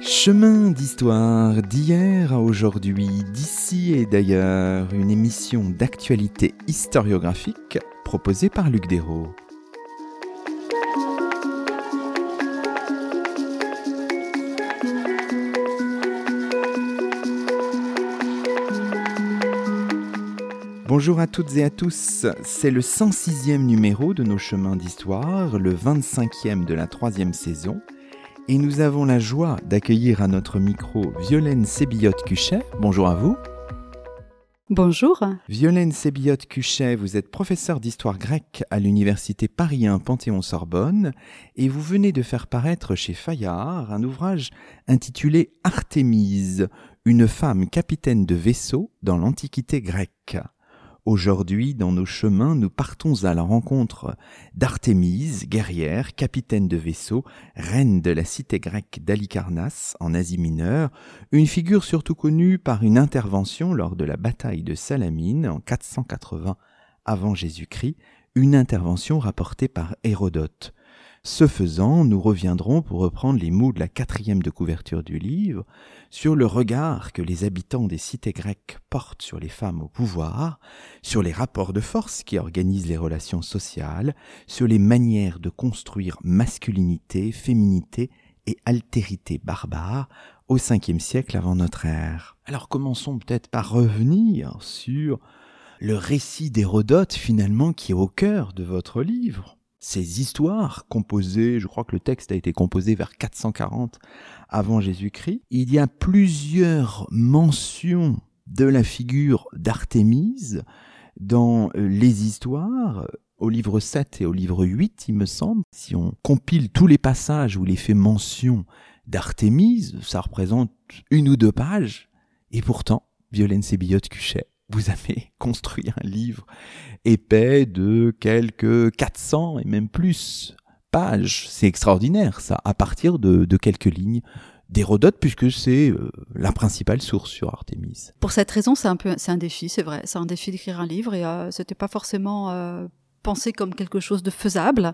Chemin d'histoire d'hier à aujourd'hui, d'ici et d'ailleurs, une émission d'actualité historiographique proposée par Luc Dérault. Bonjour à toutes et à tous, c'est le 106e numéro de nos chemins d'histoire, le 25e de la 3e saison, et nous avons la joie d'accueillir à notre micro Violaine Sébillotte-Cuchet. Bonjour à vous. Bonjour. Violaine Sébillotte-Cuchet, vous êtes professeure d'histoire grecque à l'université Paris 1 Panthéon-Sorbonne et vous venez de faire paraître chez Fayard un ouvrage intitulé Artémise, une femme capitaine de vaisseau dans l'Antiquité grecque. Aujourd'hui, dans nos chemins, nous partons à la rencontre d'Artémise, guerrière, capitaine de vaisseau, reine de la cité grecque d'Halicarnasse en Asie mineure, une figure surtout connue par une intervention lors de la bataille de Salamine en 480 avant Jésus-Christ, une intervention rapportée par Hérodote. Ce faisant, nous reviendrons, pour reprendre les mots de la 4e de couverture du livre, sur le regard que les habitants des cités grecques portent sur les femmes au pouvoir, sur les rapports de force qui organisent les relations sociales, sur les manières de construire masculinité, féminité et altérité barbare au 5e siècle avant notre ère. Alors commençons peut-être par revenir sur le récit d'Hérodote finalement qui est au cœur de votre livre. Ces histoires composées, je crois que le texte a été composé vers 440 avant Jésus-Christ, il y a plusieurs mentions de la figure d'Artémise dans les histoires, au livre 7 et au livre 8, il me semble. Si on compile tous les passages où il est fait mention d'Artémise, ça représente 1 ou 2 pages, et pourtant, Violaine Sébillotte-Cuchet, vous avez construit un livre épais de quelques 400 et même plus pages. C'est extraordinaire, ça, à partir de quelques lignes d'Hérodote, puisque c'est la principale source sur Artémise. Pour cette raison, c'est un défi, c'est vrai. C'est un défi d'écrire un livre et c'était pas forcément pensé comme quelque chose de faisable.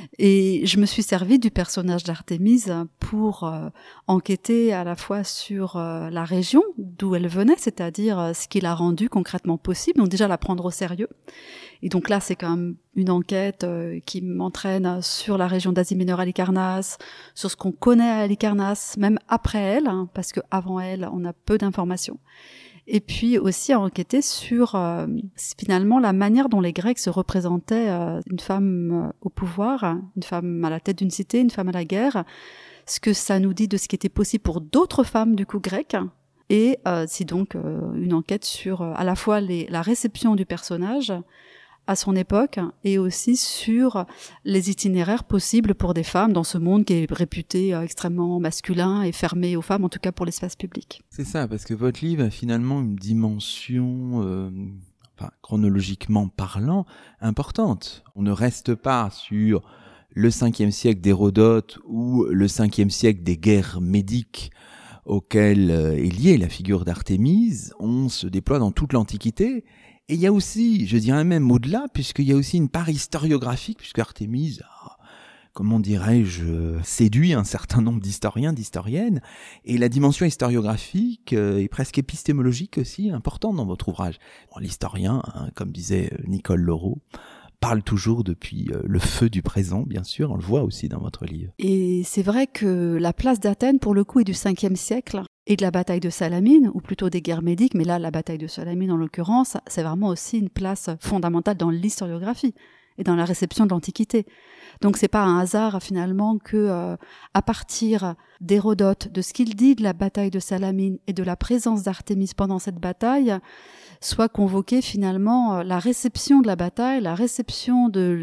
Et je me suis servi du personnage d'Artémise pour enquêter à la fois sur la région d'où elle venait, c'est-à-dire ce qui l'a rendu concrètement possible. Donc déjà la prendre au sérieux. Et donc là, c'est quand même une enquête qui m'entraîne sur la région d'Asie mineure Halicarnasse, sur ce qu'on connaît à Halicarnasse, même après elle, hein, parce que avant elle, on a peu d'informations. Et puis aussi à enquêter sur finalement la manière dont les Grecs se représentaient une femme au pouvoir, une femme à la tête d'une cité, une femme à la guerre, ce que ça nous dit de ce qui était possible pour d'autres femmes du coup grecques, et c'est donc une enquête sur à la fois la réception du personnage à son époque et aussi sur les itinéraires possibles pour des femmes dans ce monde qui est réputé extrêmement masculin et fermé aux femmes, en tout cas pour l'espace public. C'est ça, parce que votre livre a finalement une dimension, chronologiquement parlant, importante. On ne reste pas sur le 5e siècle d'Hérodote ou le 5e siècle des guerres médiques auxquelles est liée la figure d'Artémise. On se déploie dans toute l'Antiquité. Et il y a aussi, je dirais même au-delà, puisqu'il y a aussi une part historiographique, puisque Artémise a, comment dirais-je, séduit un certain nombre d'historiens, d'historiennes, et la dimension historiographique est presque épistémologique aussi importante dans votre ouvrage. Bon, l'historien, hein, comme disait Nicole Laureau, parle toujours depuis le feu du présent, bien sûr, on le voit aussi dans votre livre. Et c'est vrai que la place d'Athènes, pour le coup, est du 5e siècle, et de la bataille de Salamine, ou plutôt des guerres médiques, mais là, la bataille de Salamine, en l'occurrence, c'est vraiment aussi une place fondamentale dans l'historiographie et dans la réception de l'Antiquité. Donc c'est pas un hasard, finalement, que à partir d'Hérodote, de ce qu'il dit de la bataille de Salamine et de la présence d'Artémise pendant cette bataille, soit convoquée finalement la réception de la bataille, la réception de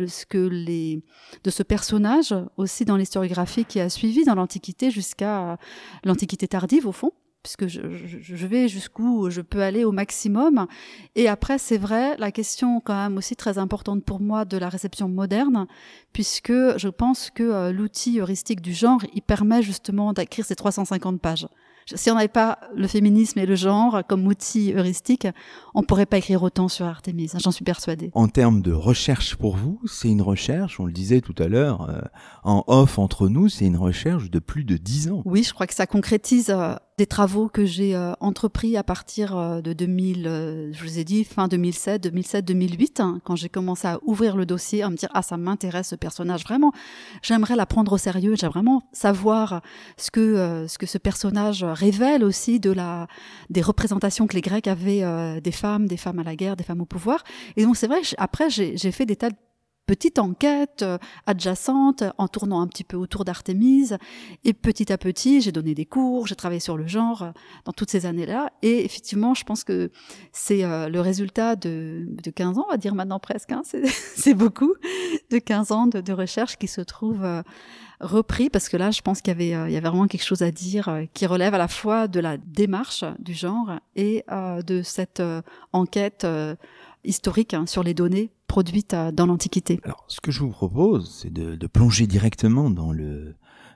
ce personnage aussi dans l'historiographie qui a suivi dans l'Antiquité jusqu'à l'Antiquité tardive au fond, puisque je vais jusqu'où je peux aller au maximum. Et après, c'est vrai, la question quand même aussi très importante pour moi de la réception moderne, puisque je pense que l'outil heuristique du genre, il permet justement d'écrire ces 350 pages. Si on n'avait pas le féminisme et le genre comme outil heuristique, on ne pourrait pas écrire autant sur Artémise, j'en suis persuadée. En termes de recherche pour vous, c'est une recherche, on le disait tout à l'heure, en off entre nous, c'est une recherche de plus de 10 ans. Oui, je crois que ça concrétise des travaux que j'ai entrepris à partir de 2000, je vous ai dit, fin 2007-2008, hein, quand j'ai commencé à ouvrir le dossier, à me dire « Ah, ça m'intéresse ce personnage, vraiment, j'aimerais la prendre au sérieux, j'aimerais vraiment savoir ce que ce personnage révèle aussi des représentations que les Grecs avaient des femmes à la guerre, des femmes au pouvoir. » Et donc c'est vrai, après j'ai fait des tas de petites enquêtes adjacentes en tournant un petit peu autour d'Artémise, et petit à petit j'ai donné des cours, j'ai travaillé sur le genre dans toutes ces années-là, et effectivement je pense que c'est le résultat de 15 ans, on va dire maintenant presque, hein, c'est beaucoup, de 15 ans de recherche qui se trouve repris, parce que là je pense qu'il y avait vraiment quelque chose à dire qui relève à la fois de la démarche du genre et de cette enquête historique sur les données produites dans l'Antiquité. Alors, ce que je vous propose, c'est de plonger directement dans le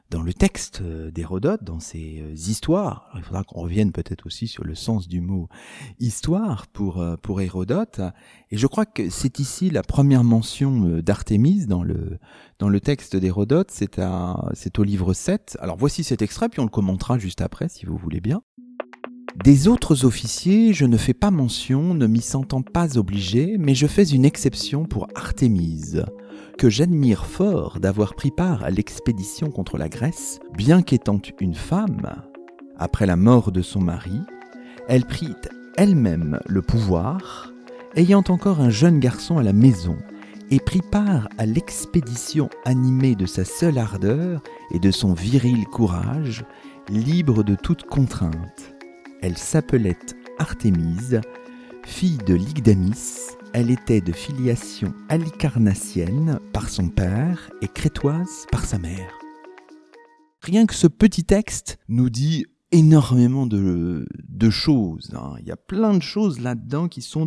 texte d'Hérodote, dans ses histoires. Alors, il faudra qu'on revienne peut-être aussi sur le sens du mot histoire pour Hérodote. Et je crois que c'est ici la première mention d'Artémise dans le texte d'Hérodote. C'est au livre 7. Alors voici cet extrait, puis on le commentera juste après, si vous voulez bien. Des autres officiers, je ne fais pas mention, ne m'y sentant pas obligé, mais je fais une exception pour Artémise, que j'admire fort d'avoir pris part à l'expédition contre la Grèce, bien qu'étant une femme. Après la mort de son mari, elle prit elle-même le pouvoir, ayant encore un jeune garçon à la maison, et prit part à l'expédition animée de sa seule ardeur et de son viril courage, libre de toute contrainte. Elle s'appelait Artémise, fille de Lygdamis. Elle était de filiation halicarnassienne par son père et crétoise par sa mère. Rien que ce petit texte nous dit énormément de choses, hein. Il y a plein de choses là-dedans qui sont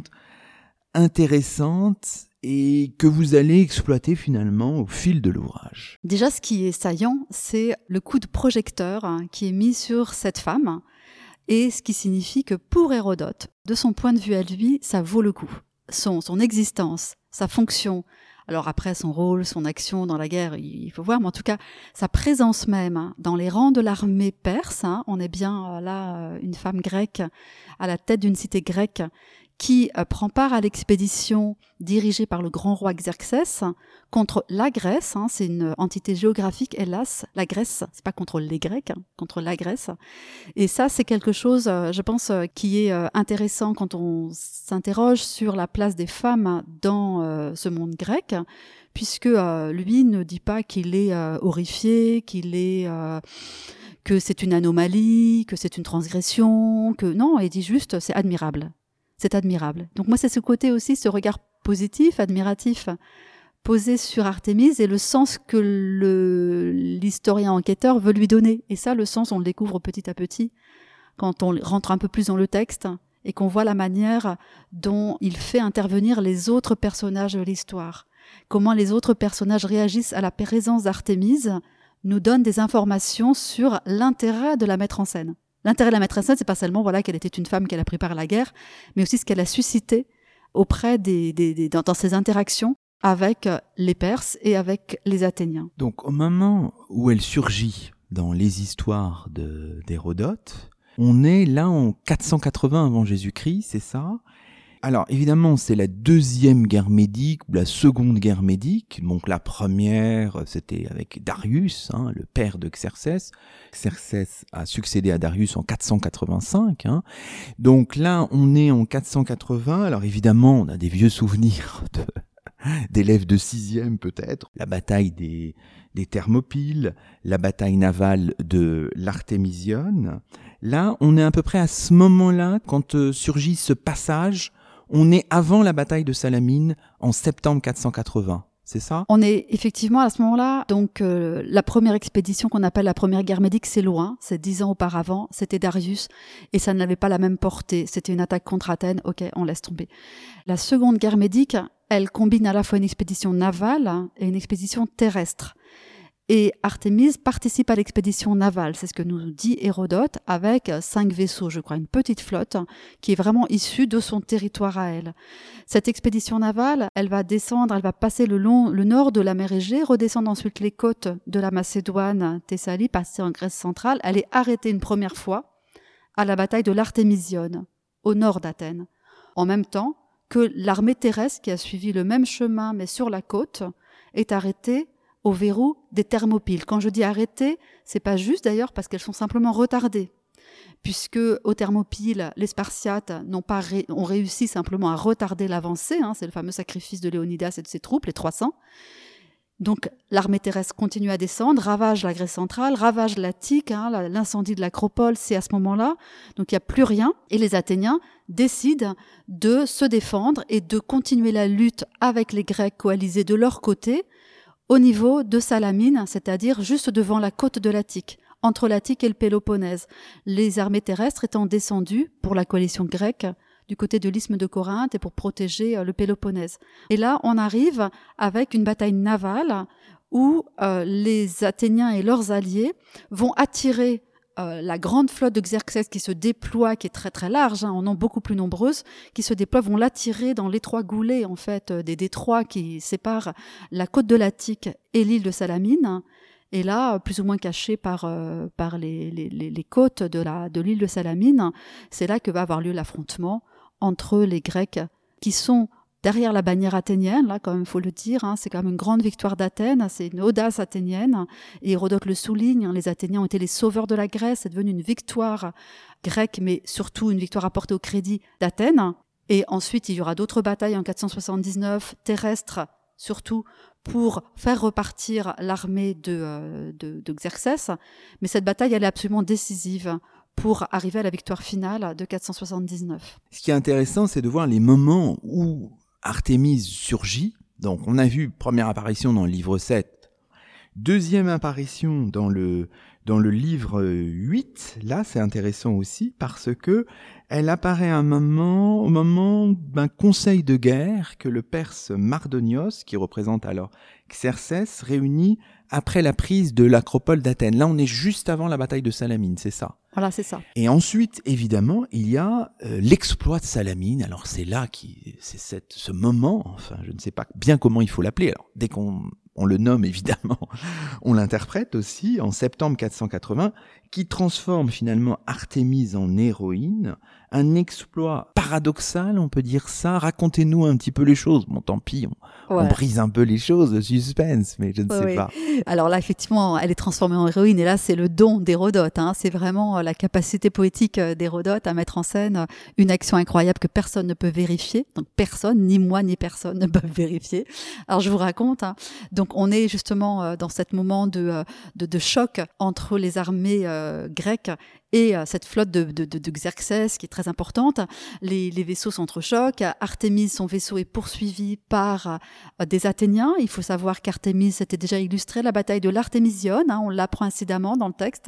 intéressantes et que vous allez exploiter finalement au fil de l'ouvrage. Déjà, ce qui est saillant, c'est le coup de projecteur qui est mis sur cette femme, et ce qui signifie que pour Hérodote, de son point de vue à lui, ça vaut le coup. Son existence, sa fonction, alors après son rôle, son action dans la guerre, il faut voir, mais en tout cas, sa présence même dans les rangs de l'armée perse, on est bien là, une femme grecque à la tête d'une cité grecque qui prend part à l'expédition dirigée par le grand roi Xerxès contre la Grèce, c'est une entité géographique, hélas, la Grèce, c'est pas contre les Grecs, contre la Grèce. Et ça, c'est quelque chose, je pense, qui est intéressant quand on s'interroge sur la place des femmes dans ce monde grec, puisque lui ne dit pas qu'il est horrifié, que c'est une anomalie, que c'est une transgression, que non, il dit juste, c'est admirable. C'est admirable. Donc moi, c'est ce côté aussi, ce regard positif, admiratif, posé sur Artémise et le sens que l'historien enquêteur veut lui donner. Et ça, le sens, on le découvre petit à petit quand on rentre un peu plus dans le texte et qu'on voit la manière dont il fait intervenir les autres personnages de l'histoire. Comment les autres personnages réagissent à la présence d'Artémise nous donne des informations sur l'intérêt de la mettre en scène. L'intérêt de la mettre en scène, c'est pas seulement qu'elle était une femme, qu'elle a pris part à la guerre, mais aussi ce qu'elle a suscité auprès dans ses interactions avec les Perses et avec les Athéniens. Donc au moment où elle surgit dans les histoires d'Hérodote, on est là en 480 avant Jésus-Christ, c'est ça ? Alors évidemment, c'est la deuxième guerre médique ou la seconde guerre médique. Donc la première, c'était avec Darius, le père de Xerxès. Xerxès a succédé à Darius en 485. Donc là, on est en 480. Alors évidemment, on a des vieux souvenirs d'élèves de 6e peut-être. La bataille des Thermopyles, la bataille navale de l'Artémision. Là, on est à peu près à ce moment-là, quand surgit ce passage. On est avant la bataille de Salamine en septembre 480. c'est ça? On est effectivement à ce moment-là, donc la première expédition qu'on appelle la première guerre médique, c'est loin, c'est 10 ans auparavant, c'était Darius, et ça n'avait pas la même portée, c'était une attaque contre Athènes, ok, on laisse tomber. La seconde guerre médique, elle combine à la fois une expédition navale et une expédition terrestre. Et Artémise participe à l'expédition navale, c'est ce que nous dit Hérodote, avec 5 vaisseaux, je crois, une petite flotte qui est vraiment issue de son territoire à elle. Cette expédition navale, elle va descendre, elle va passer le nord de la mer Égée, redescendre ensuite les côtes de la Macédoine, Thessalie, passer en Grèce centrale. Elle est arrêtée une première fois à la bataille de l'Artémision, au nord d'Athènes. En même temps que l'armée terrestre, qui a suivi le même chemin mais sur la côte, est arrêtée au verrou des Thermopyles. Quand je dis arrêtées, c'est pas juste d'ailleurs parce qu'elles sont simplement retardées. Puisque aux Thermopyles, les Spartiates ont réussi simplement à retarder l'avancée, c'est le fameux sacrifice de Léonidas et de ses troupes, les 300. Donc l'armée terrestre continue à descendre, ravage la Grèce centrale, ravage l'Attique, l'incendie de l'Acropole, c'est à ce moment-là. Donc il n'y a plus rien. Et les Athéniens décident de se défendre et de continuer la lutte avec les Grecs coalisés de leur côté, au niveau de Salamine, c'est-à-dire juste devant la côte de l'Attique, entre l'Attique et le Péloponnèse. Les armées terrestres étant descendues pour la coalition grecque du côté de l'isthme de Corinthe et pour protéger le Péloponnèse. Et là, on arrive avec une bataille navale où les Athéniens et leurs alliés vont attirer la grande flotte de Xerxès qui se déploie, qui est très très large, en nombre beaucoup plus nombreuse, qui se déploie, vont l'attirer dans l'étroit goulet en fait des détroits qui séparent la côte de l'Attique et l'île de Salamine. Et là, plus ou moins caché par les côtes de l'île de Salamine, c'est là que va avoir lieu l'affrontement entre les Grecs qui sont derrière la bannière athénienne, là, quand même, faut le dire, c'est quand même une grande victoire d'Athènes, c'est une audace athénienne, et Hérodote le souligne, les Athéniens ont été les sauveurs de la Grèce, c'est devenu une victoire grecque, mais surtout une victoire apportée au crédit d'Athènes. Et ensuite, il y aura d'autres batailles en 479, terrestres, surtout pour faire repartir l'armée de Xerxès. Mais cette bataille, elle est absolument décisive pour arriver à la victoire finale de 479. Ce qui est intéressant, c'est de voir les moments où Artémise surgit. Donc, on a vu première apparition dans le livre 7, deuxième apparition dans le livre 8. Là, c'est intéressant aussi parce que elle apparaît au moment d'un conseil de guerre que le Perse Mardonios, qui représente alors Xerxès, réunit après la prise de l'acropole d'Athènes. Là, on est juste avant la bataille de Salamine, c'est ça? Voilà, c'est ça. Et ensuite, évidemment, il y a l'exploit de Salamine. Alors, c'est là c'est ce moment, enfin, je ne sais pas bien comment il faut l'appeler. Alors, dès qu'on le nomme, évidemment, on l'interprète aussi, en septembre 480, qui transforme finalement Artémise en héroïne. Un exploit paradoxal, on peut dire ça. Racontez-nous un petit peu les choses. Bon, tant pis, on brise un peu les choses, le suspense, mais je ne sais pas. Alors là, effectivement, elle est transformée en héroïne, et là, c'est le don d'Hérodote. C'est vraiment la capacité poétique d'Hérodote à mettre en scène une action incroyable que personne ne peut vérifier. Donc personne, ni moi, ni personne ne peuvent vérifier. Alors je vous raconte. Donc on est justement dans ce moment de choc entre les armées grecques et cette flotte de Xerxès qui est très importante. Les vaisseaux s'entrechoquent. Artémise, son vaisseau est poursuivi par des Athéniens. Il faut savoir qu'Artémise s'était déjà illustrée à la bataille de l'Artémision. On l'apprend incidemment dans le texte.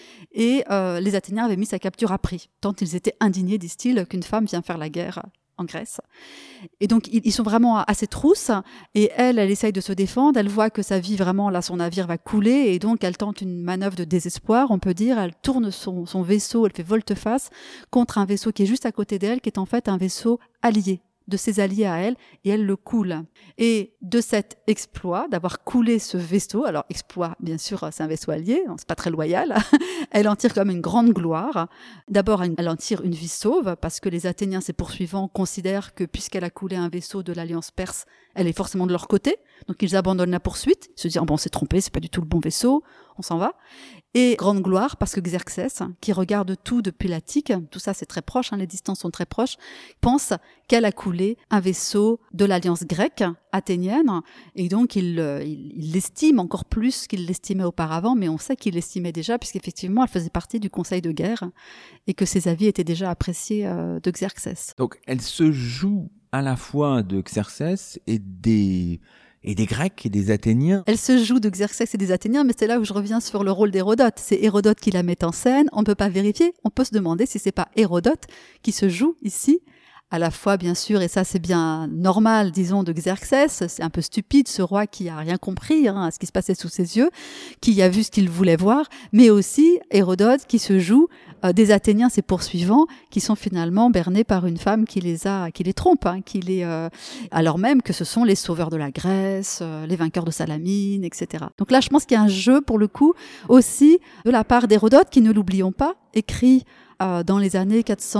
Et les Athéniens avaient mis sa capture à prix, tant ils étaient indignés, disent-ils, qu'une femme vient faire la guerre en Grèce. Et donc, ils sont vraiment à ses trousses, et elle essaye de se défendre, elle voit que sa vie, vraiment, là, son navire va couler, et donc elle tente une manœuvre de désespoir, on peut dire, elle tourne son vaisseau, elle fait volte-face contre un vaisseau qui est juste à côté d'elle, qui est en fait un vaisseau allié, de ses alliés à elle, et elle le coule. Et de cet exploit, d'avoir coulé ce vaisseau, alors exploit, bien sûr, c'est un vaisseau allié, c'est pas très loyal, elle en tire comme une grande gloire. D'abord, elle en tire une vie sauve, parce que les Athéniens, ses poursuivants, considèrent que puisqu'elle a coulé un vaisseau de l'Alliance perse, elle est forcément de leur côté, donc ils abandonnent la poursuite, ils se disent, bon, on s'est trompé, c'est pas du tout le bon vaisseau, on s'en va. Et grande gloire, parce que Xerxès, qui regarde tout depuis l'Attique, tout ça c'est très proche, les distances sont très proches, pense qu'elle a coulé un vaisseau de l'Alliance grecque, athénienne, et donc il l'estime encore plus qu'il l'estimait auparavant, mais on sait qu'il l'estimait déjà, puisqu'effectivement elle faisait partie du conseil de guerre, et que ses avis étaient déjà appréciés de Xerxès. Donc elle se joue à la fois de Xerxès et des et des Grecs et des Athéniens. Elle se joue de Xerxès et des Athéniens, mais c'est là où je reviens sur le rôle d'Hérodote. C'est Hérodote qui la met en scène, on ne peut pas vérifier, on peut se demander si c'est pas Hérodote qui se joue ici, à la fois bien sûr, et ça c'est bien normal, disons, de Xerxès, c'est un peu stupide ce roi qui a rien compris à ce qui se passait sous ses yeux, qui a vu ce qu'il voulait voir, mais aussi Hérodote qui se joue des Athéniens, ses poursuivants, qui sont finalement bernés par une femme qui les trompe, alors même que ce sont les sauveurs de la Grèce, les vainqueurs de Salamine, etc. Donc là, je pense qu'il y a un jeu, pour le coup, aussi de la part d'Hérodote, qui, ne l'oublions pas, écrit dans les années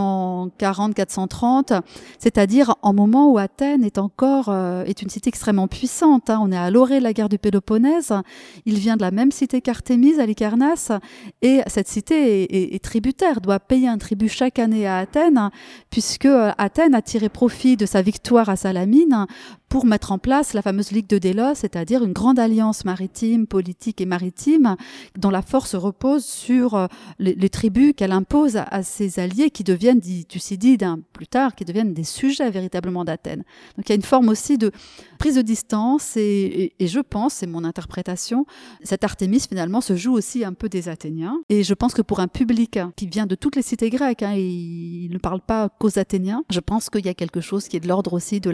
440-430, c'est-à-dire en moment où Athènes est une cité extrêmement puissante. On est à l'orée de la guerre du Péloponnèse. Il vient de la même cité qu'Artémise, Halicarnasse, et cette cité est tributaire, doit payer un tribut chaque année à Athènes, puisque Athènes a tiré profit de sa victoire à Salamine pour mettre en place la fameuse Ligue de Délos, c'est-à-dire une grande alliance maritime, politique et maritime, dont la force repose sur les tribus qu'elle impose à ses alliés qui deviennent, dit Thucydide plus tard, qui deviennent des sujets véritablement d'Athènes. Donc il y a une forme aussi de prise de distance et je pense, c'est mon interprétation, cette Artémis finalement se joue aussi un peu des Athéniens. Et je pense que pour un public qui vient de toutes les cités grecques, il ne parle pas qu'aux Athéniens, je pense qu'il y a quelque chose qui est de l'ordre aussi de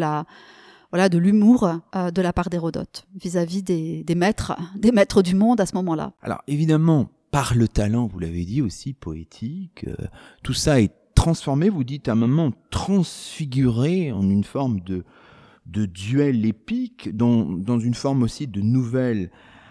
l'humour de la part d'Hérodote vis-à-vis des maîtres du monde à ce moment-là. Alors évidemment, par le talent, vous l'avez dit aussi, poétique, tout ça est transformé, vous dites à un moment, transfiguré en une forme de duel épique, dans une forme aussi de nouvelle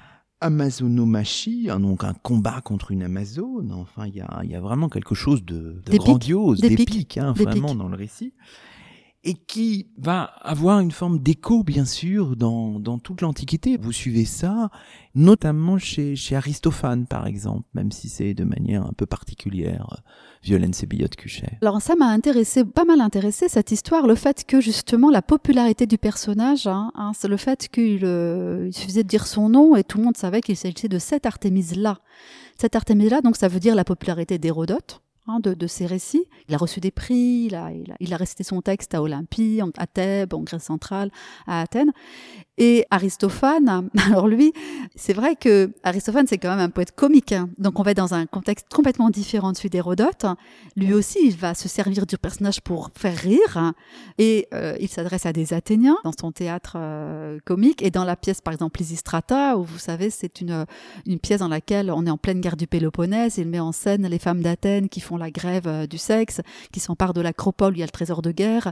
amazonomachie, donc un combat contre une Amazone. Enfin, il y a vraiment quelque chose de grandiose, d'épique, vraiment dans le récit. Et qui va avoir une forme d'écho, bien sûr, dans toute l'Antiquité. Vous suivez ça, notamment chez Aristophane, par exemple, même si c'est de manière un peu particulière, Violaine Sébillotte-Cuchet. Alors ça m'a pas mal intéressé, cette histoire, le fait que, justement, la popularité du personnage, c'est le fait qu'il suffisait de dire son nom et tout le monde savait qu'il s'agissait de cette Artémise-là. Cette Artémise-là, donc ça veut dire la popularité d'Hérodote, de ses récits. Il a reçu des prix, il a récité son texte à Olympie, à Thèbes, en Grèce centrale, à Athènes. Et Aristophane, alors lui, c'est vrai que Aristophane, c'est quand même un poète comique. Donc on va être dans un contexte complètement différent de celui d'Hérodote. Lui aussi, il va se servir du personnage pour faire rire. Et il s'adresse à des Athéniens dans son théâtre comique. Et dans la pièce, par exemple, Lysistrata, où vous savez, c'est une pièce dans laquelle on est en pleine guerre du Péloponnèse. Il met en scène les femmes d'Athènes qui font la grève du sexe, qui s'emparent de l'acropole où il y a le trésor de guerre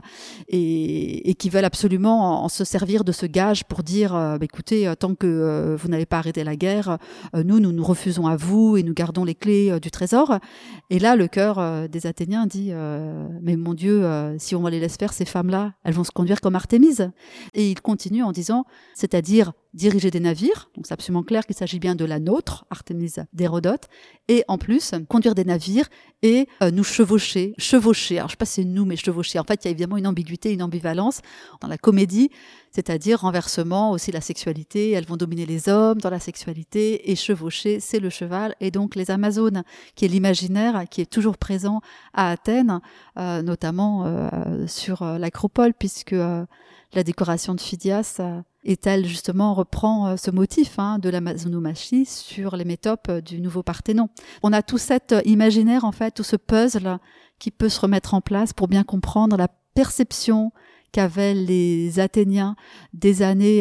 et qui veulent absolument en se servir de ce gage pour dire écoutez, tant que vous n'avez pas arrêté la guerre, nous refusons à vous et nous gardons les clés du trésor. Et là, le cœur des Athéniens dit mais mon Dieu, si on les laisse faire, ces femmes-là, elles vont se conduire comme Artémise. Et il continue en disant, c'est-à-dire diriger des navires, donc c'est absolument clair qu'il s'agit bien de la nôtre, Artémise d'Hérodote, et en plus conduire des navires et nous chevaucher, alors je sais pas si c'est nous, mais chevaucher. En fait, il y a évidemment une ambiguïté, une ambivalence dans la comédie, c'est-à-dire renversement aussi la sexualité, elles vont dominer les hommes dans la sexualité, et chevaucher, c'est le cheval, et donc les Amazones, qui est l'imaginaire, qui est toujours présent à Athènes, notamment sur l'acropole, puisque la décoration de Phidias justement reprend ce motif de l'amazonomachie sur les métopes du nouveau Parthénon. On a tout cet imaginaire, en fait, tout ce puzzle qui peut se remettre en place pour bien comprendre la perception qu'avaient les Athéniens des années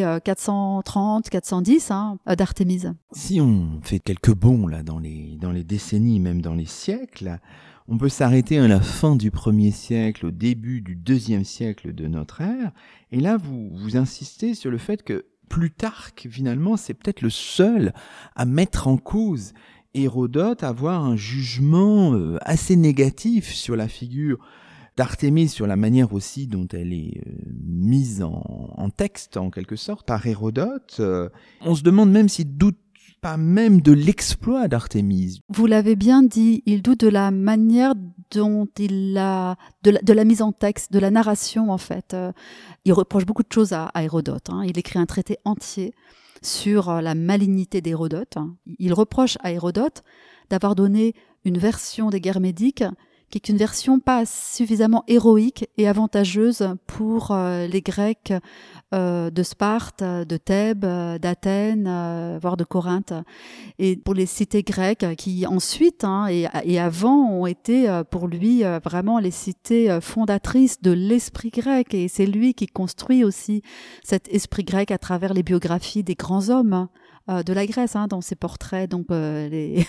430-410 d'Artémise. Si on fait quelques bonds là dans les décennies, même dans les siècles, on peut s'arrêter à la fin du 1er siècle, au début du 2e siècle de notre ère, et là vous insistez sur le fait que Plutarque, finalement, c'est peut-être le seul à mettre en cause Hérodote, à avoir un jugement assez négatif sur la figure d'Artémis, sur la manière aussi dont elle est mise en texte, en quelque sorte, par Hérodote. On se demande même s'il doute pas même de l'exploit d'Artémis. Vous l'avez bien dit, il doute de la manière dont de la mise en texte, de la narration en fait. Il reproche beaucoup de choses à Hérodote. Il écrit un traité entier sur la malignité d'Hérodote. Il reproche à Hérodote d'avoir donné une version des guerres médiques qui est une version pas suffisamment héroïque et avantageuse pour les Grecs de Sparte, de Thèbes, d'Athènes, voire de Corinthe, et pour les cités grecques qui ensuite et avant ont été pour lui vraiment les cités fondatrices de l'esprit grec, et c'est lui qui construit aussi cet esprit grec à travers les biographies des grands hommes de la Grèce, dans ses portraits, donc des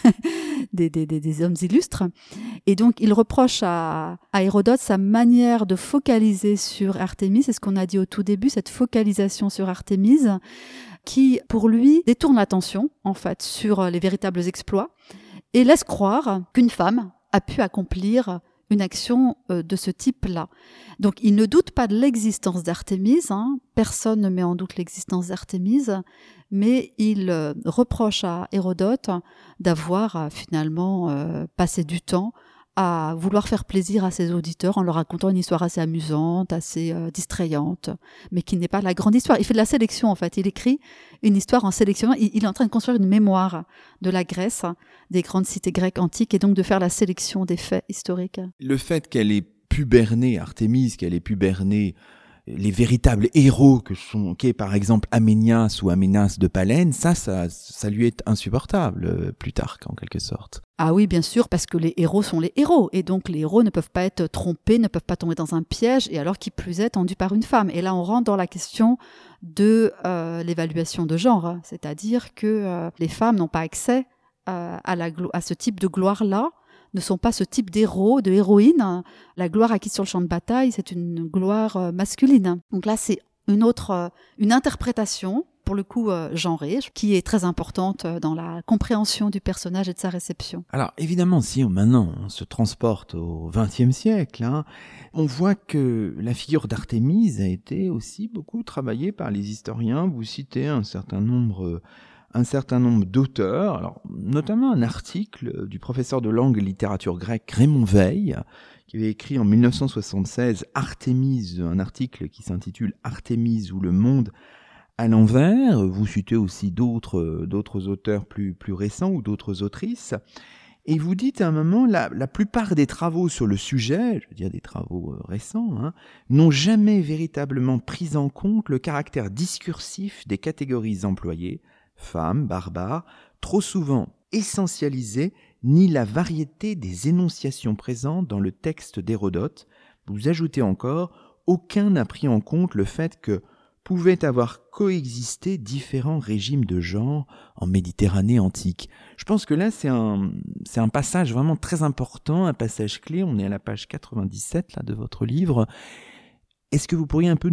hommes illustres. Et donc il reproche à Hérodote sa manière de focaliser sur Artémis, c'est ce qu'on a dit au tout début, cette focalisation sur Artémis, qui pour lui détourne l'attention en fait sur les véritables exploits et laisse croire qu'une femme a pu accomplir une action de ce type-là. Donc il ne doute pas de l'existence d'Artémis, personne ne met en doute l'existence d'Artémis, mais il reproche à Hérodote d'avoir finalement passé du temps à vouloir faire plaisir à ses auditeurs en leur racontant une histoire assez amusante, assez distrayante, mais qui n'est pas la grande histoire. Il fait de la sélection en fait, il écrit une histoire en sélectionnant, il est en train de construire une mémoire de la Grèce, des grandes cités grecques antiques, et donc de faire la sélection des faits historiques. Le fait qu'elle ait pu berner Artémis, qu'elle ait pu berner les véritables héros qu'est par exemple Aménias ou Aménas de Palène, ça lui est insupportable, Plutarque en quelque sorte. Ah oui, bien sûr, parce que les héros sont les héros, et donc les héros ne peuvent pas être trompés, ne peuvent pas tomber dans un piège, et alors qui plus est tendu par une femme. Et là on rentre dans la question de l'évaluation de genre, c'est-à-dire que les femmes n'ont pas accès à ce type de gloire-là, ne sont pas ce type d'héros, de héroïnes. La gloire acquise sur le champ de bataille, c'est une gloire masculine. Donc là, c'est une interprétation, pour le coup genrée, qui est très importante dans la compréhension du personnage et de sa réception. Alors évidemment, si maintenant on se transporte au XXe siècle, on voit que la figure d'Artémis a été aussi beaucoup travaillée par les historiens. Vous citez un certain nombre d'auteurs, alors, notamment un article du professeur de langue et littérature grecque Raymond Veil, qui avait écrit en 1976 Artémis, un article qui s'intitule Artémis ou le monde à l'envers. Vous citez aussi d'autres auteurs plus récents ou d'autres autrices. Et vous dites à un moment, la plupart des travaux sur le sujet, je veux dire des travaux récents, n'ont jamais véritablement pris en compte le caractère discursif des catégories employées, femmes, barbares, trop souvent essentialisées, ni la variété des énonciations présentes dans le texte d'Hérodote. Vous ajoutez encore, aucun n'a pris en compte le fait que pouvaient avoir coexisté différents régimes de genre en Méditerranée antique. Je pense que là, c'est un passage vraiment très important, un passage clé. On est à la page 97 là, de votre livre. Est-ce que vous pourriez un peu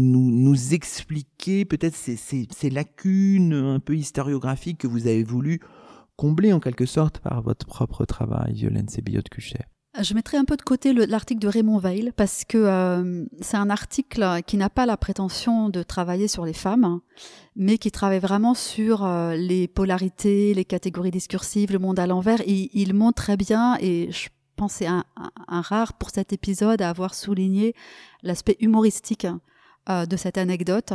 nous expliquer peut-être ces lacunes un peu historiographiques que vous avez voulu combler en quelque sorte par votre propre travail, Violaine Sébillot-Cuchet? Je mettrai un peu de côté l'article de Raymond Veil parce que c'est un article qui n'a pas la prétention de travailler sur les femmes, mais qui travaille vraiment sur les polarités, les catégories discursives, le monde à l'envers. Il montre très bien, et je pense que c'est un rare pour cet épisode à avoir souligné l'aspect humoristique de cette anecdote.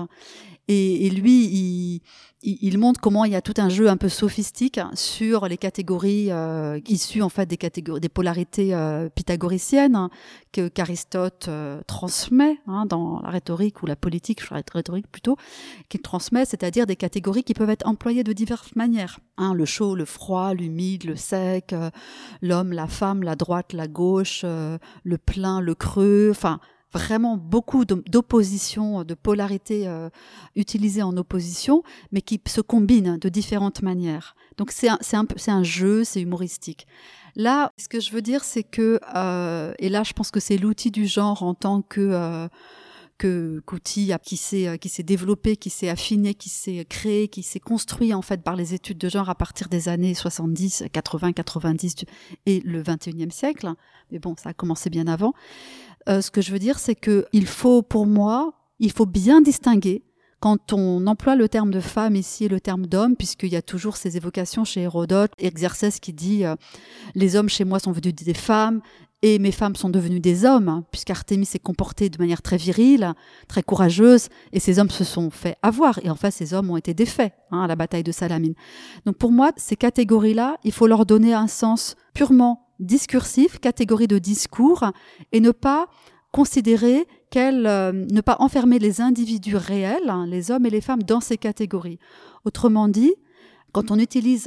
Et lui, il montre comment il y a tout un jeu un peu sophistique sur les catégories issues en fait des polarités pythagoriciennes qu'Aristote transmet dans la rhétorique ou la politique, rhétorique plutôt, qu'il transmet, c'est-à-dire des catégories qui peuvent être employées de diverses manières. Le chaud, le froid, l'humide, le sec, l'homme, la femme, la droite, la gauche, le plein, le creux, enfin vraiment beaucoup d'oppositions, de polarités utilisées en opposition, mais qui se combinent de différentes manières. Donc c'est un jeu, c'est humoristique. Là, ce que je veux dire, c'est que, et là je pense que c'est l'outil du genre en tant qu'outil qui s'est développé, qui s'est affiné, qui s'est créé, qui s'est construit en fait par les études de genre à partir des années 70, 80, 90 et le 21e siècle. Mais bon, ça a commencé bien avant. Ce que je veux dire, c'est que pour moi, il faut bien distinguer quand on emploie le terme de femme ici et le terme d'homme, puisqu'il y a toujours ces évocations chez Hérodote, Exercès qui dit les hommes chez moi sont devenus des femmes et mes femmes sont devenues des hommes, puisqu'Artémis s'est comportée de manière très virile, très courageuse, et ces hommes se sont fait avoir. Et en fait, ces hommes ont été défaits à la bataille de Salamine. Donc pour moi, ces catégories-là, il faut leur donner un sens purement discursive, catégorie de discours, et ne pas considérer ne pas enfermer les individus réels, les hommes et les femmes, dans ces catégories. Autrement dit, quand on utilise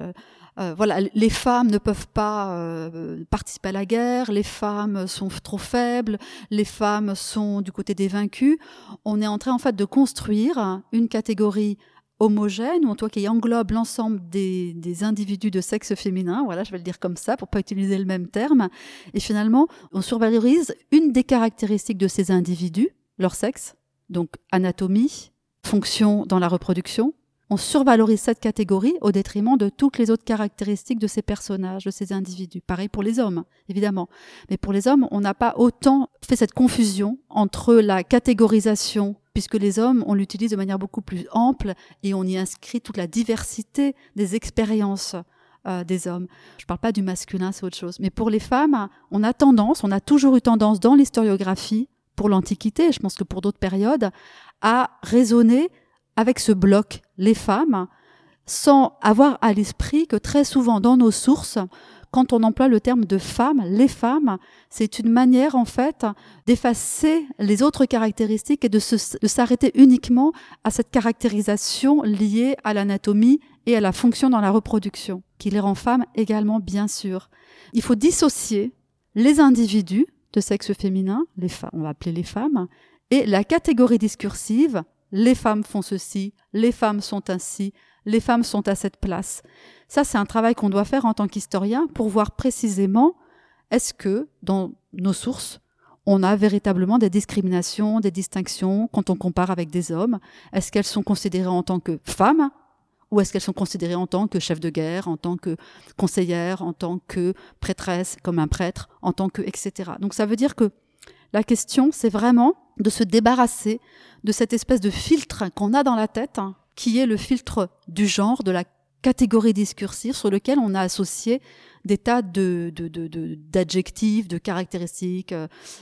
les femmes ne peuvent pas participer à la guerre, les femmes sont trop faibles, les femmes sont du côté des vaincus, on est en train en fait de construire une catégorie homogène, ou en tout cas qui englobe l'ensemble des individus de sexe féminin, voilà, je vais le dire comme ça pour pas utiliser le même terme, et finalement on survalorise une des caractéristiques de ces individus, leur sexe, donc anatomie, fonction dans la reproduction. On survalorise cette catégorie au détriment de toutes les autres caractéristiques de ces personnages, de ces individus. Pareil pour les hommes, évidemment. Mais pour les hommes, on n'a pas autant fait cette confusion entre la catégorisation, puisque les hommes, on l'utilise de manière beaucoup plus ample et on y inscrit toute la diversité des expériences des hommes. Je ne parle pas du masculin, c'est autre chose. Mais pour les femmes, on a toujours eu tendance dans l'historiographie, pour l'Antiquité, et je pense que pour d'autres périodes, à raisonner avec ce bloc, les femmes, sans avoir à l'esprit que très souvent dans nos sources, quand on emploie le terme de femme, les femmes, c'est une manière en fait d'effacer les autres caractéristiques et de s'arrêter uniquement à cette caractérisation liée à l'anatomie et à la fonction dans la reproduction, qui les rend femmes également bien sûr. Il faut dissocier les individus de sexe féminin, on va appeler les femmes, et la catégorie discursive, les femmes font ceci, les femmes sont ainsi, les femmes sont à cette place. Ça, c'est un travail qu'on doit faire en tant qu'historien pour voir précisément est-ce que, dans nos sources, on a véritablement des discriminations, des distinctions quand on compare avec des hommes. Est-ce qu'elles sont considérées en tant que femmes ou est-ce qu'elles sont considérées en tant que chef de guerre, en tant que conseillère, en tant que prêtresse, comme un prêtre, en tant que etc. Donc ça veut dire que la question, c'est vraiment de se débarrasser de cette espèce de filtre qu'on a dans la tête, qui est le filtre du genre, de la catégorie discursive sur lequel on a associé des tas d'adjectifs, de caractéristiques.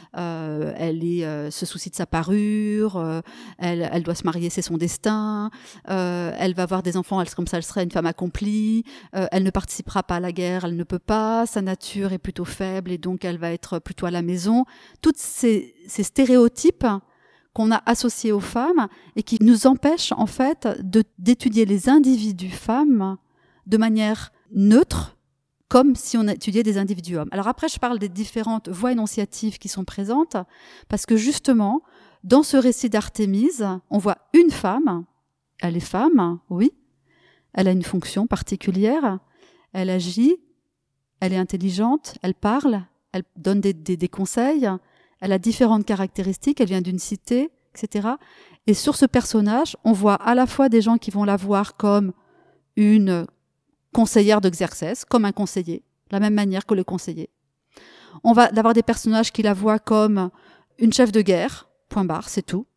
Elle se soucie de sa parure, elle doit se marier, c'est son destin, elle va avoir des enfants, comme ça elle serait une femme accomplie, elle ne participera pas à la guerre, elle ne peut pas, sa nature est plutôt faible et donc elle va être plutôt à la maison. Toutes ces stéréotypes qu'on a associés aux femmes et qui nous empêchent en fait d'étudier les individus femmes de manière neutre, comme si on étudiait des individus hommes. Alors après, je parle des différentes voies énonciatives qui sont présentes, parce que justement, dans ce récit d'Artémise, on voit une femme, elle est femme, oui, elle a une fonction particulière, elle agit, elle est intelligente, elle parle, elle donne des conseils, elle a différentes caractéristiques, elle vient d'une cité, etc. Et sur ce personnage, on voit à la fois des gens qui vont la voir comme une conseillère d'Xerxès, comme un conseiller, de la même manière que le conseiller. On va avoir des personnages qui la voient comme une chef de guerre, point barre, c'est tout.